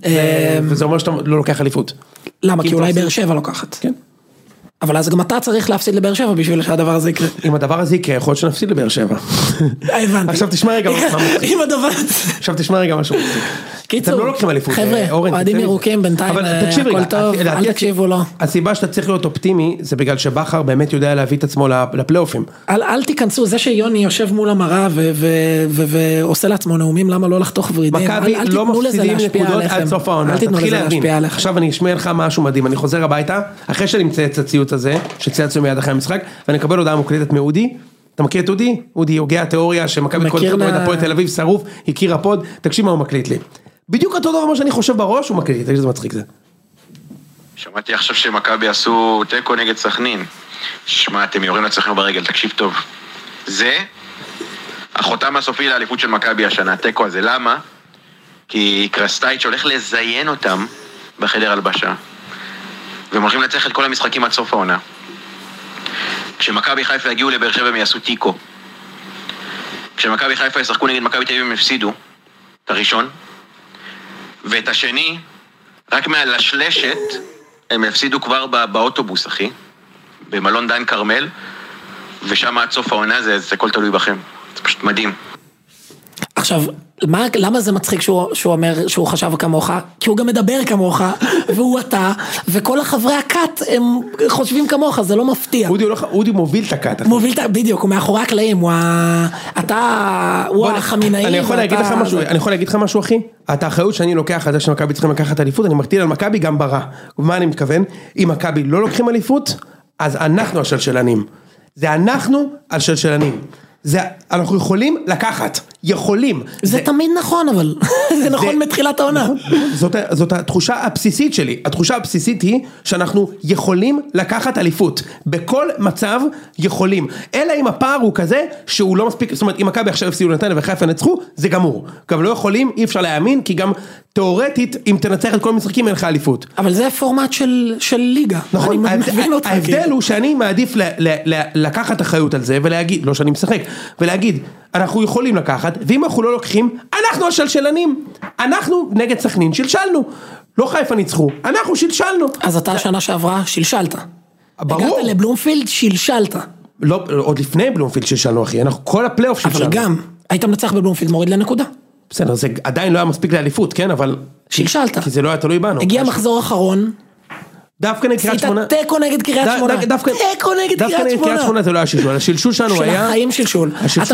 וזה אומר שאתה לא לוקח אליפות. למה? כי אולי באר שבע לוקחת. כן. אבל אז גם אתה צריך להפסיד לבאר שבע בשביל שהדבר הזה יקרה. אם הדבר הזה יקרה, יכול להיות שנפסיד לבאר שבע. הבנתי. עכשיו תשמע רגע משהו. קיצור, אתם לא לוקחים אליפות. חבר'ה, אוהדים ירוקים בינתיים, הכל טוב, אל תקשיבו לו. הסיבה שאתה צריך להיות אופטימי, זה בגלל שבחר באמת יודע להביא את עצמו לפלייאופים. אל תיכנסו, זה שיוני יושב מול המראה ועושה לעצמו נאומים, למה לא לחתוך ורידים. מכבי לא מפסידים נקודות עד סוף העונה. תתחיל להבין. עכשיו אני אשמיע לך משהו מדהים, אני חוזר הביתה, אחרי שאני מצייץ את הציוץ הזה, שצייצנו מיד אחרי המשחק, ואני אקבל הודעה מוקלטת מאודי. אתה מכיר את אודי? אודי הוגה התיאוריה שמכבי כל כך אוהד הפועל תל אביב שרוף, הכיר הפוד, תקשיב מה הוא מקליט לי. בדיוק אותו דבר מה שאני חושב בראש, הוא מקליט, תקשיב שזה מצחיק זה. שמעתי עכשיו שמכבי עשו תיקו נגד סכנין. שמע, אתם יורים לעצמכם ברגל, תקשיב טוב. זה החותם הסופי לאליפות של מכבי השנה, התיקו הזה. למה? כי קרסטייץ' הולך לזיין אותם בחדר הלבשה. והם הולכים לצלח את כל המשחקים עד סוף העונה. כשמכבי חיפה יגיעו לבאר שבע הם יעשו תיקו. כשמכבי חיפה ישחקו נגד מכבי תל אביב הם הפסידו את הראשון, ואת השני, רק מהלשלשת, הם הפסידו כבר באוטובוס, אחי, במלון דן קרמל, ושם עד סוף העונה זה הכל תלוי בכם. זה פשוט מדהים. עכשיו, למה זה מצחיק שהוא אומר שהוא חשב כמוך? כי הוא גם מדבר כמוך, והוא אתה, וכל החברי הקאט הם חושבים כמוך, זה לא מפתיע. אודי מוביל את הקאט. בדיוק, הוא מאחורי הקלעים, הוא החמינאי. אני יכול להגיד לך משהו, אחי? את האחריות שאני לוקח על זה שמכבי צריכים לקחת אליפות, אני מטיל על מכבי גם ברע. ומה אני מתכוון? אם מכבי לא לוקחים אליפות, אז אנחנו השלשלנים. זה אנחנו השלשלנים. אנחנו יכולים לקחת, יכולים. זה תמיד נכון, אבל זה נכון מתחילת העונה. זאת התחושה הבסיסית שלי. התחושה הבסיסית היא שאנחנו יכולים לקחת אליפות. בכל מצב יכולים. אלא אם הפער הוא כזה שהוא לא מספיק, זאת אומרת, אם מכבי עכשיו הפסידו לנתניה וחיפה נצחו, זה גמור. גם לא יכולים, אי אפשר להאמין, כי גם תיאורטית, אם תנצח את כל המשחקים, אין לך אליפות. אבל זה פורמט של ליגה. נכון. ההבדל הוא שאני מעדיף לקחת אחריות על זה ולהגיד, לא שאני משחק, ולהגיד, אנחנו יכולים לקחת, ואם אנחנו לא לוקחים, אנחנו השלשלנים. אנחנו נגד סכנין שלשלנו. לא חיפה ניצחו, אנחנו שלשלנו. אז אתה השנה שעברה שלשלת. ברור. הגעת לבלומפילד, שלשלת. לא, עוד לפני בלומפילד שלשלנו, אחי. אנחנו כל הפלייאוף שלשלנו. אבל גם, היית מנצח בבלומפילד, מוריד לנקודה. בסדר, זה עדיין לא היה מספיק לאליפות, כן? אבל... שלשלת. כי זה לא היה תלוי בנו. הגיע מחזור אחרון. דווקא נגד קריית שמונה. תיקו נגד קריית שמונה. דווקא נגד קריית שמונה זה לא היה שלשול. השלשול שלנו היה... של החיים שלשול.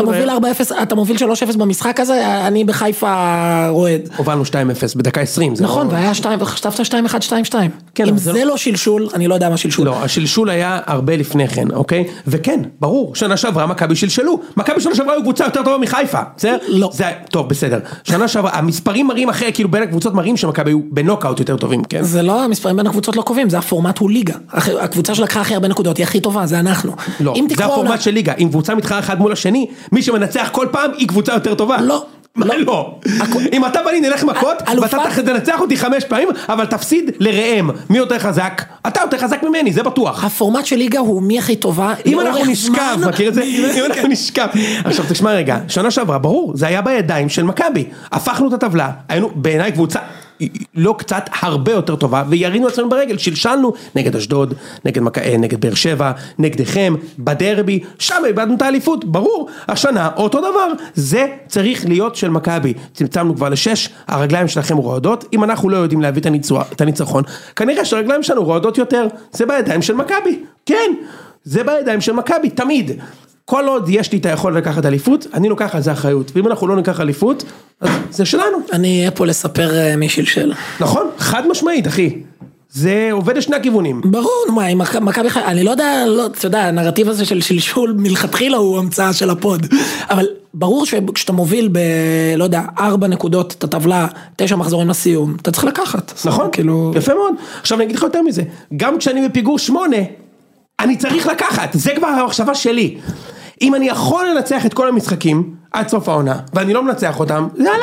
אתה מוביל 3-0 במשחק הזה, אני בחיפה רועד. הובלנו 2-0 בדקה 20. נכון, והיה 2, חשבת 2-1, 2-2. אם זה לא שלשול, אני לא יודע מה שלשול. לא, השלשול היה הרבה לפני כן, אוקיי? וכן, ברור, שנה שעברה מכבי שלשלו. מכבי שנה שעברה היו קבוצה יותר טובה מחיפה. לא. טוב, בסדר. שנה שעברה, המספרים מראים אחרי, כאילו בין הקבוצות מראים שמכבי היו בנוקאוט יותר טובים, כן? זה לא, המספרים בין הקבוצות לא קובעים, זה הפורמט הוא ליגה. הקבוצה שלקחה הכי הרבה נקודות, היא הכי טובה, זה אנחנו. לא, זה הפורמט של ליגה. אם קבוצה מתחרה אחד מול השני, מי שמנצח כל פעם היא קבוצה יותר טובה. לא. לא. אם אתה ואני נלך מכות, ואתה תנצח אותי 5 פעמים, אבל תפסיד לראם. מי יותר חזק? אתה יותר חזק ממני, זה בטוח. הפורמט של ליגה הוא מי הכי טובה. אם אנחנו נשכב, מכיר את זה? אם אנחנו נשכב. עכשיו תשמע רגע, שנה שעברה, ברור, זה היה בידיים של מכבי. הפכנו את הטבלה, היינו בעיניי קבוצה לא קצת הרבה יותר טובה, וירינו עצמנו ברגל, שלשלנו נגד אשדוד, נגד באר שבע, נגדכם, בדרבי, שם איבדנו את האליפות, ברור, השנה אותו דבר, זה צריך להיות של מכבי, צמצמנו כבר ל6, הרגליים שלכם רועדות, אם אנחנו לא יודעים להביא את הניצחון, כנראה שהרגליים שלנו רועדות יותר, זה בידיים של מכבי, כן, זה בידיים של מכבי, תמיד, כל עוד יש לי את היכולת לקחת אליפות, אני לוקח על זה אחריות, ואם אנחנו לא ניקח אליפות, אז זה שלנו. אני אהיה פה לספר מי שלשל. נכון, חד משמעית, אחי. זה עובד לשני הכיוונים. ברור, מה, עם מכבי חיפה, אני לא יודע, אתה יודע, הנרטיב הזה של שלשול מלכתחילה הוא המצאה של הפוד, אבל ברור שכשאתה מוביל לא יודע, 4 נקודות את הטבלה, 9 מחזורים לסיום, אתה צריך לקחת. נכון, כאילו... יפה מאוד. עכשיו אני אגיד לך יותר מזה, גם כשאני בפיגור 8, אני צריך לקחת, זה כבר המחשבה שלי. אם אני יכול לנצח את כל המשחקים עד סוף העונה, ואני לא מנצח אותם, זה עליי.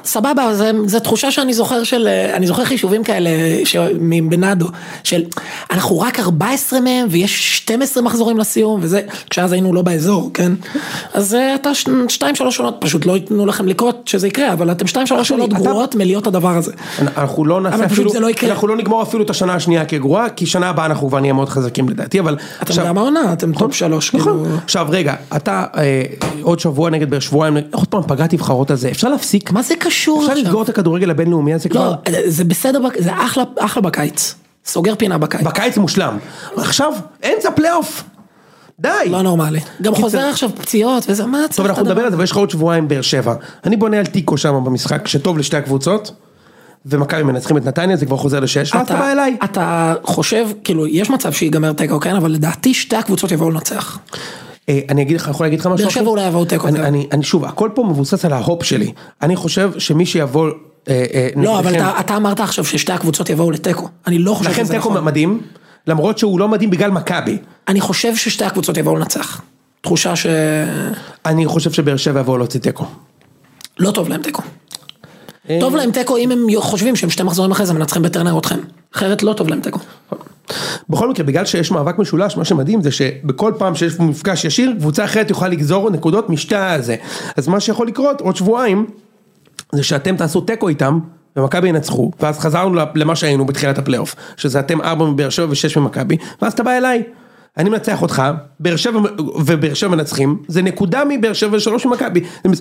סבבה, זה תחושה שאני זוכר אני זוכר חישובים כאלה מבנאדו, של אנחנו רק 14 מהם ויש 12 מחזורים לסיום, וזה, כשאז היינו לא באזור, כן? אז אתה 2-3 עונות, פשוט לא ייתנו לכם לקרות שזה יקרה, אבל אתם 2-3 עונות גרועות מלהיות הדבר הזה. אנחנו לא נעשה אפילו, אנחנו לא נגמור אפילו את השנה השנייה כגרועה, כי שנה הבאה אנחנו כבר נהיה מאוד חזקים לדעתי, אבל... אתם גם העונה, אתם טופ 3. עכשיו רגע, אתה עוד שבוע נגד שבועיים, עוד פעם פגעתי בבחרות הזה, אפשר להפסיק? מה זה קשור עכשיו? אפשר לסגור את הכדורגל הבינלאומי הזה כבר? לא, זה בסדר, זה אחלה בקיץ. סוגר פינה בקיץ. בקיץ מושלם. עכשיו, אמצע פלייאוף. די. לא נורמלי. גם חוזר עכשיו פציעות, וזה מה צריך? טוב, אנחנו נדבר על זה, ויש לך עוד שבועיים באר שבע. אני בונה על טיקו שם במשחק, שטוב לשתי הקבוצות, ומכבי מנצחים את נתניה, זה כבר חוזר לשש, ואז אתה בא אליי. אתה חושב, כאילו, יש מצב שיגמר טקו, כן, אבל לדעתי שתי הקבוצות יבואו לנצח. אני יכול להגיד לך משהו? באר שבע אולי יבואו טקו. אני שוב, הכל פה מבוסס על ההופ שלי. אני חושב שמי שיבוא... לא, אבל אתה אמרת עכשיו ששתי הקבוצות יבואו לטקו. אני לא חושב שזה נכון. לכן טקו מדהים, למרות שהוא לא מדהים בגלל מכבי. אני חושב ששתי הקבוצות יבואו לנצח. תחושה אני חושב שבאר שבע יבואו להוציא טקו. לא טוב להם טקו. טוב להם טקו אם הם חושבים שהם שתי מחזורים אחרי זה מנצחים בטרנר אתכם. אחרת לא טוב להם טקו. בכל מקרה, בגלל שיש מאבק משולש, מה שמדהים זה שבכל פעם שיש פה מפגש ישיר, קבוצה אחרת יוכל לגזור נקודות משתי הזה. אז מה שיכול לקרות עוד שבועיים, זה שאתם תעשו טקו איתם, ומכבי ינצחו, ואז חזרנו למה שהיינו בתחילת הפלייאוף, שזה אתם 4 מבאר שבע ו6 ממכבי, ואז אתה בא אליי, אני מנצח אותך, באר שבע ובאר שבע מנצחים, זה נקודה מבאר שבע ו3 ממכבי,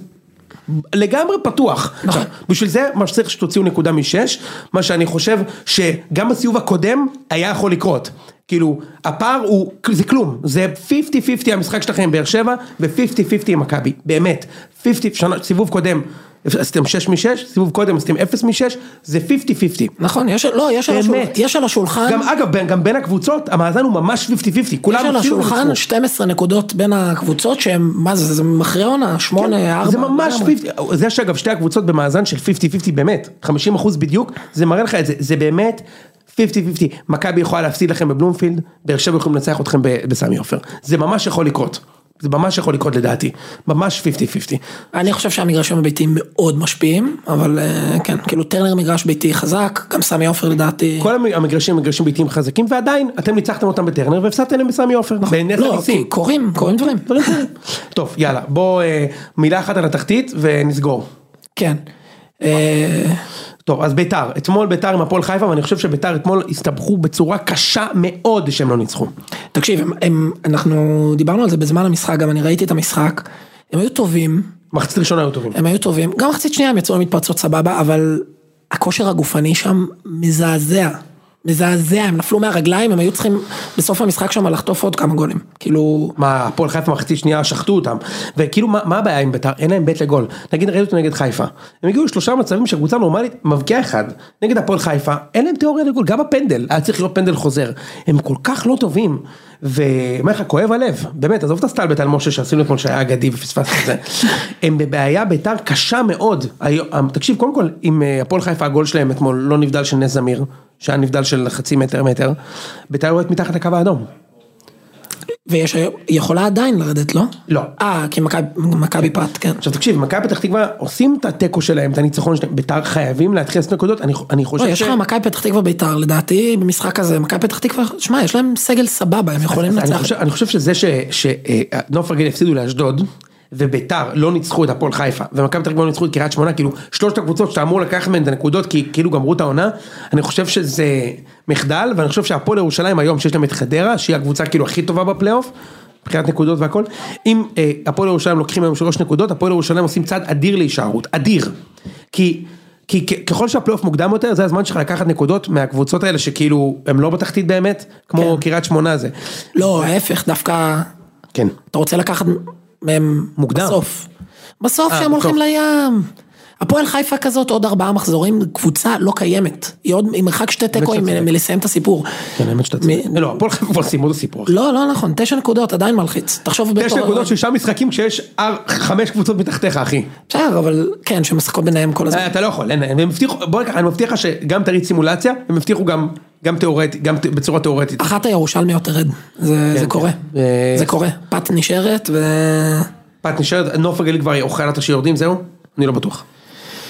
לגמרי פתוח. עכשיו, בשביל זה מה שצריך שתוציאו נקודה מ6, מה שאני חושב שגם בסיוב הקודם היה יכול לקרות. כאילו, הפער הוא, זה כלום, זה 50-50 המשחק שלכם באר שבע, ו-50-50 עם מכבי, באמת, 50, סיבוב קודם, עשיתם 6 מ6, סיבוב קודם עשיתם 0 מ6, זה 50-50. נכון, יש על השולחן. גם אגב, גם בין הקבוצות, המאזן הוא ממש 50-50, יש על השולחן 12 נקודות בין הקבוצות, שהם, מה זה מכריע עונה, 8-4. זה ממש 50, זה שאגב שתי הקבוצות במאזן של 50-50 באמת, 50% בדיוק, זה מראה לך את זה, זה באמת 50-50, מכבי יכולה להפסיד לכם בבלומפילד, באר שבע יכולים לנצח אתכם בסמי עופר, זה ממש יכול לקרות. זה ממש יכול לקרות לדעתי, ממש 50-50. אני חושב שהמגרשים הביתיים מאוד משפיעים, אבל כן, כאילו טרנר מגרש ביתי חזק, גם סמי עופר לדעתי. כל המגרשים ביתיים חזקים, ועדיין אתם ניצחתם אותם בטרנר, והפסדתם להם בסמי עופר. לא, קוראים דברים. טוב, יאללה, בוא מילה אחת על התחתית ונסגור. כן. טוב, אז ביתר, אתמול ביתר עם הפועל חיפה, ואני חושב שביתר אתמול הסתבכו בצורה קשה מאוד שהם לא ניצחו. תקשיב, אנחנו דיברנו על זה בזמן המשחק, גם אני ראיתי את המשחק, הם היו טובים. מחצית ראשונה היו טובים. הם היו טובים, גם מחצית שנייה הם יצאו למתפרצות סבבה, אבל הכושר הגופני שם מזעזע, הם נפלו מהרגליים, הם היו צריכים בסוף המשחק שם לחטוף עוד כמה גולים, כאילו... מה, הפועל חיפה מחצית שנייה שחטו אותם, וכאילו מה הבעיה עם ביתר? אין להם בית לגול, נגיד ראיתי אותו נגד חיפה, הם הגיעו לשלושה מצבים שקבוצה נורמלית מבקיעה אחד, נגד הפועל חיפה, אין להם תיאוריה לגול, גם הפנדל, היה צריך להיות פנדל חוזר, הם כל כך לא טובים, ומה לך, כואב הלב, באמת, עזוב את הסטלבט על משה שעשינו אתמול שהיה אגדי ופספס את זה, הם בבעיה ביתר קשה מאוד, תקשיב, קודם כל, עם הפועל חיפה הגול שלהם אתמול לא נבדל של נס זמיר, שהיה נבדל של חצי מטר, ביתר יורדת מתחת לקו האדום. ויש, יכולה עדיין לרדת, לא? לא. כי מכבי פרט, כן. עכשיו תקשיב, מכבי פתח תקווה עושים את הטקו שלהם, את הניצחון שלהם, ביתר חייבים להתחיל לעשות נקודות, אני חושב יש לך מכבי פתח תקווה ביתר, לדעתי במשחק הזה, מכבי פתח תקווה, שמע, יש להם סגל סבבה, הם יכולים לנצח. אני חושב שזה שנוף רגיל הפסידו לאשדוד, וביתר לא ניצחו את הפועל חיפה, ומכבי פתח תקווה לא ניצחו את קריית שמונה, כאילו שלושת הקבוצות שאתה אמור לקחת מהן את הנקודות, כי כאילו גמרו את העונה, אני חושב שזה מחדל, ואני חושב שהפועל ירושלים היום, שיש להם את חדרה, שהיא הקבוצה כאילו הכי טובה בפלייאוף, מבחינת נקודות והכל, אם הפועל ירושלים לוקחים היום 3 נקודות, הפועל ירושלים עושים צעד אדיר להישארות, אדיר, כי ככל שהפלייאוף מוקדם יותר, זה הזמן שלך לקחת נקודות מהקבוצות האלה, שכאילו הם לא בתחתית באמת, כמו קריית שמונה הזה. לא, ההפך, דווקא, כן. אתה רוצה לקחת מהם מוקדם. בסוף שהם הולכים לים. הפועל חיפה כזאת, עוד 4 מחזורים, קבוצה לא קיימת. היא עוד עם מרחק 2 תיקואים מלסיים את הסיפור. כן, האמת שאתה צודק. לא, הפועל חיפה כבר סיימו את הסיפור. לא נכון, 9 נקודות, עדיין מלחיץ. 9 נקודות 6 משחקים כשיש 5 קבוצות מתחתיך, אחי. בסדר, אבל כן, שמשחקות ביניהם כל הזמן. אתה לא יכול, אני מבטיח לך שגם תריץ סימולציה, הם מבטיחו גם תיאורטית, גם בצורה תיאורטית. אחת הירושלמיות תרד, זה קורה. זה קורה. פת נשארת פת נשארת, נוף הגליל כבר אוכל אותה שיורדים, זהו? אני לא בטוח.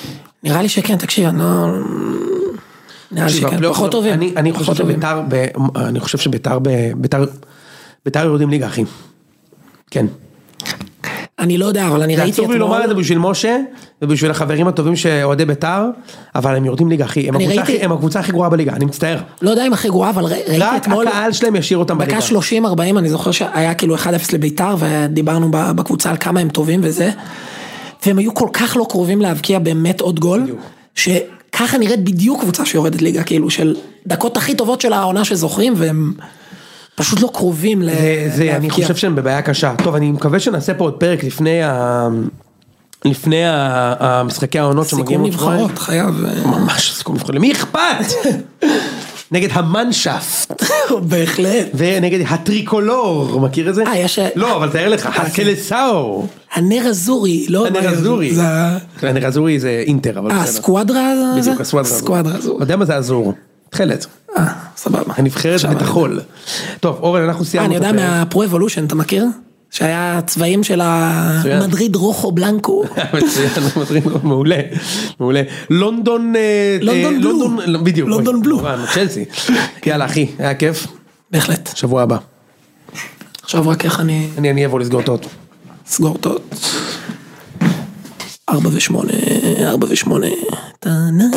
נראה לי שכן, תקשיב, נראה לי שכן, פחות טובים. אני חושב שביתר יורדים ליגה, אחי. כן. אני לא יודע, אבל אני ראיתי עצוב לי לומר את זה בשביל משה, ובשביל החברים הטובים שאוהדי ביתר, אבל הם יורדים ליגה, אחי. הם הקבוצה הכי גרועה בליגה, אני מצטער. לא יודע אם הכי גרועה, אבל ראיתי אתמול... רק הקהל שלהם ישאיר אותם בליגה. דקה 30-40, אני זוכר שהיה כאילו 1-0 לביתר, ודיברנו בקבוצה על כמה הם טובים וזה, והם היו כל כך לא קרובים להבקיע באמת עוד גול, שככה נראית בדיוק קבוצה שיורדת ליגה, כאילו של דקות הכי טובות של העונה שזוכרים, והם... פשוט לא קרובים להבקיע. אני חושב שהם בבעיה קשה. טוב, אני מקווה שנעשה פה עוד פרק לפני המשחקי העונות שמגיעים. סיכום נבחרות, חייב. ממש סיכום נבחרות. למי אכפת? נגד המנשפט. בהחלט. ונגד הטריקולור, מכיר את זה? לא, אבל תאר לך, הקלסאו. הנר הזורי, לא? הנר הזורי. הנר הזורי זה אינטר, אבל בסדר. הסקואדרה? בדיוק, הסקואדרה. אתה יודע מה זה הזור? תחילת. סבבה. הנבחרת בתחול. טוב, אורן, אנחנו סיימנו. אני יודע מהפרו-אבולושן, אתה מכיר? שהיה צבעים של המדריד רוחו בלנקו. מצוין, מדריד רוחו, מעולה. מעולה. לונדון בלו. בדיוק. לונדון בלו. צ'לסי. יאללה, אחי, היה כיף. בהחלט. שבוע הבא. עכשיו רק איך אני אבוא לסגור תות. סגור תות. 4-8.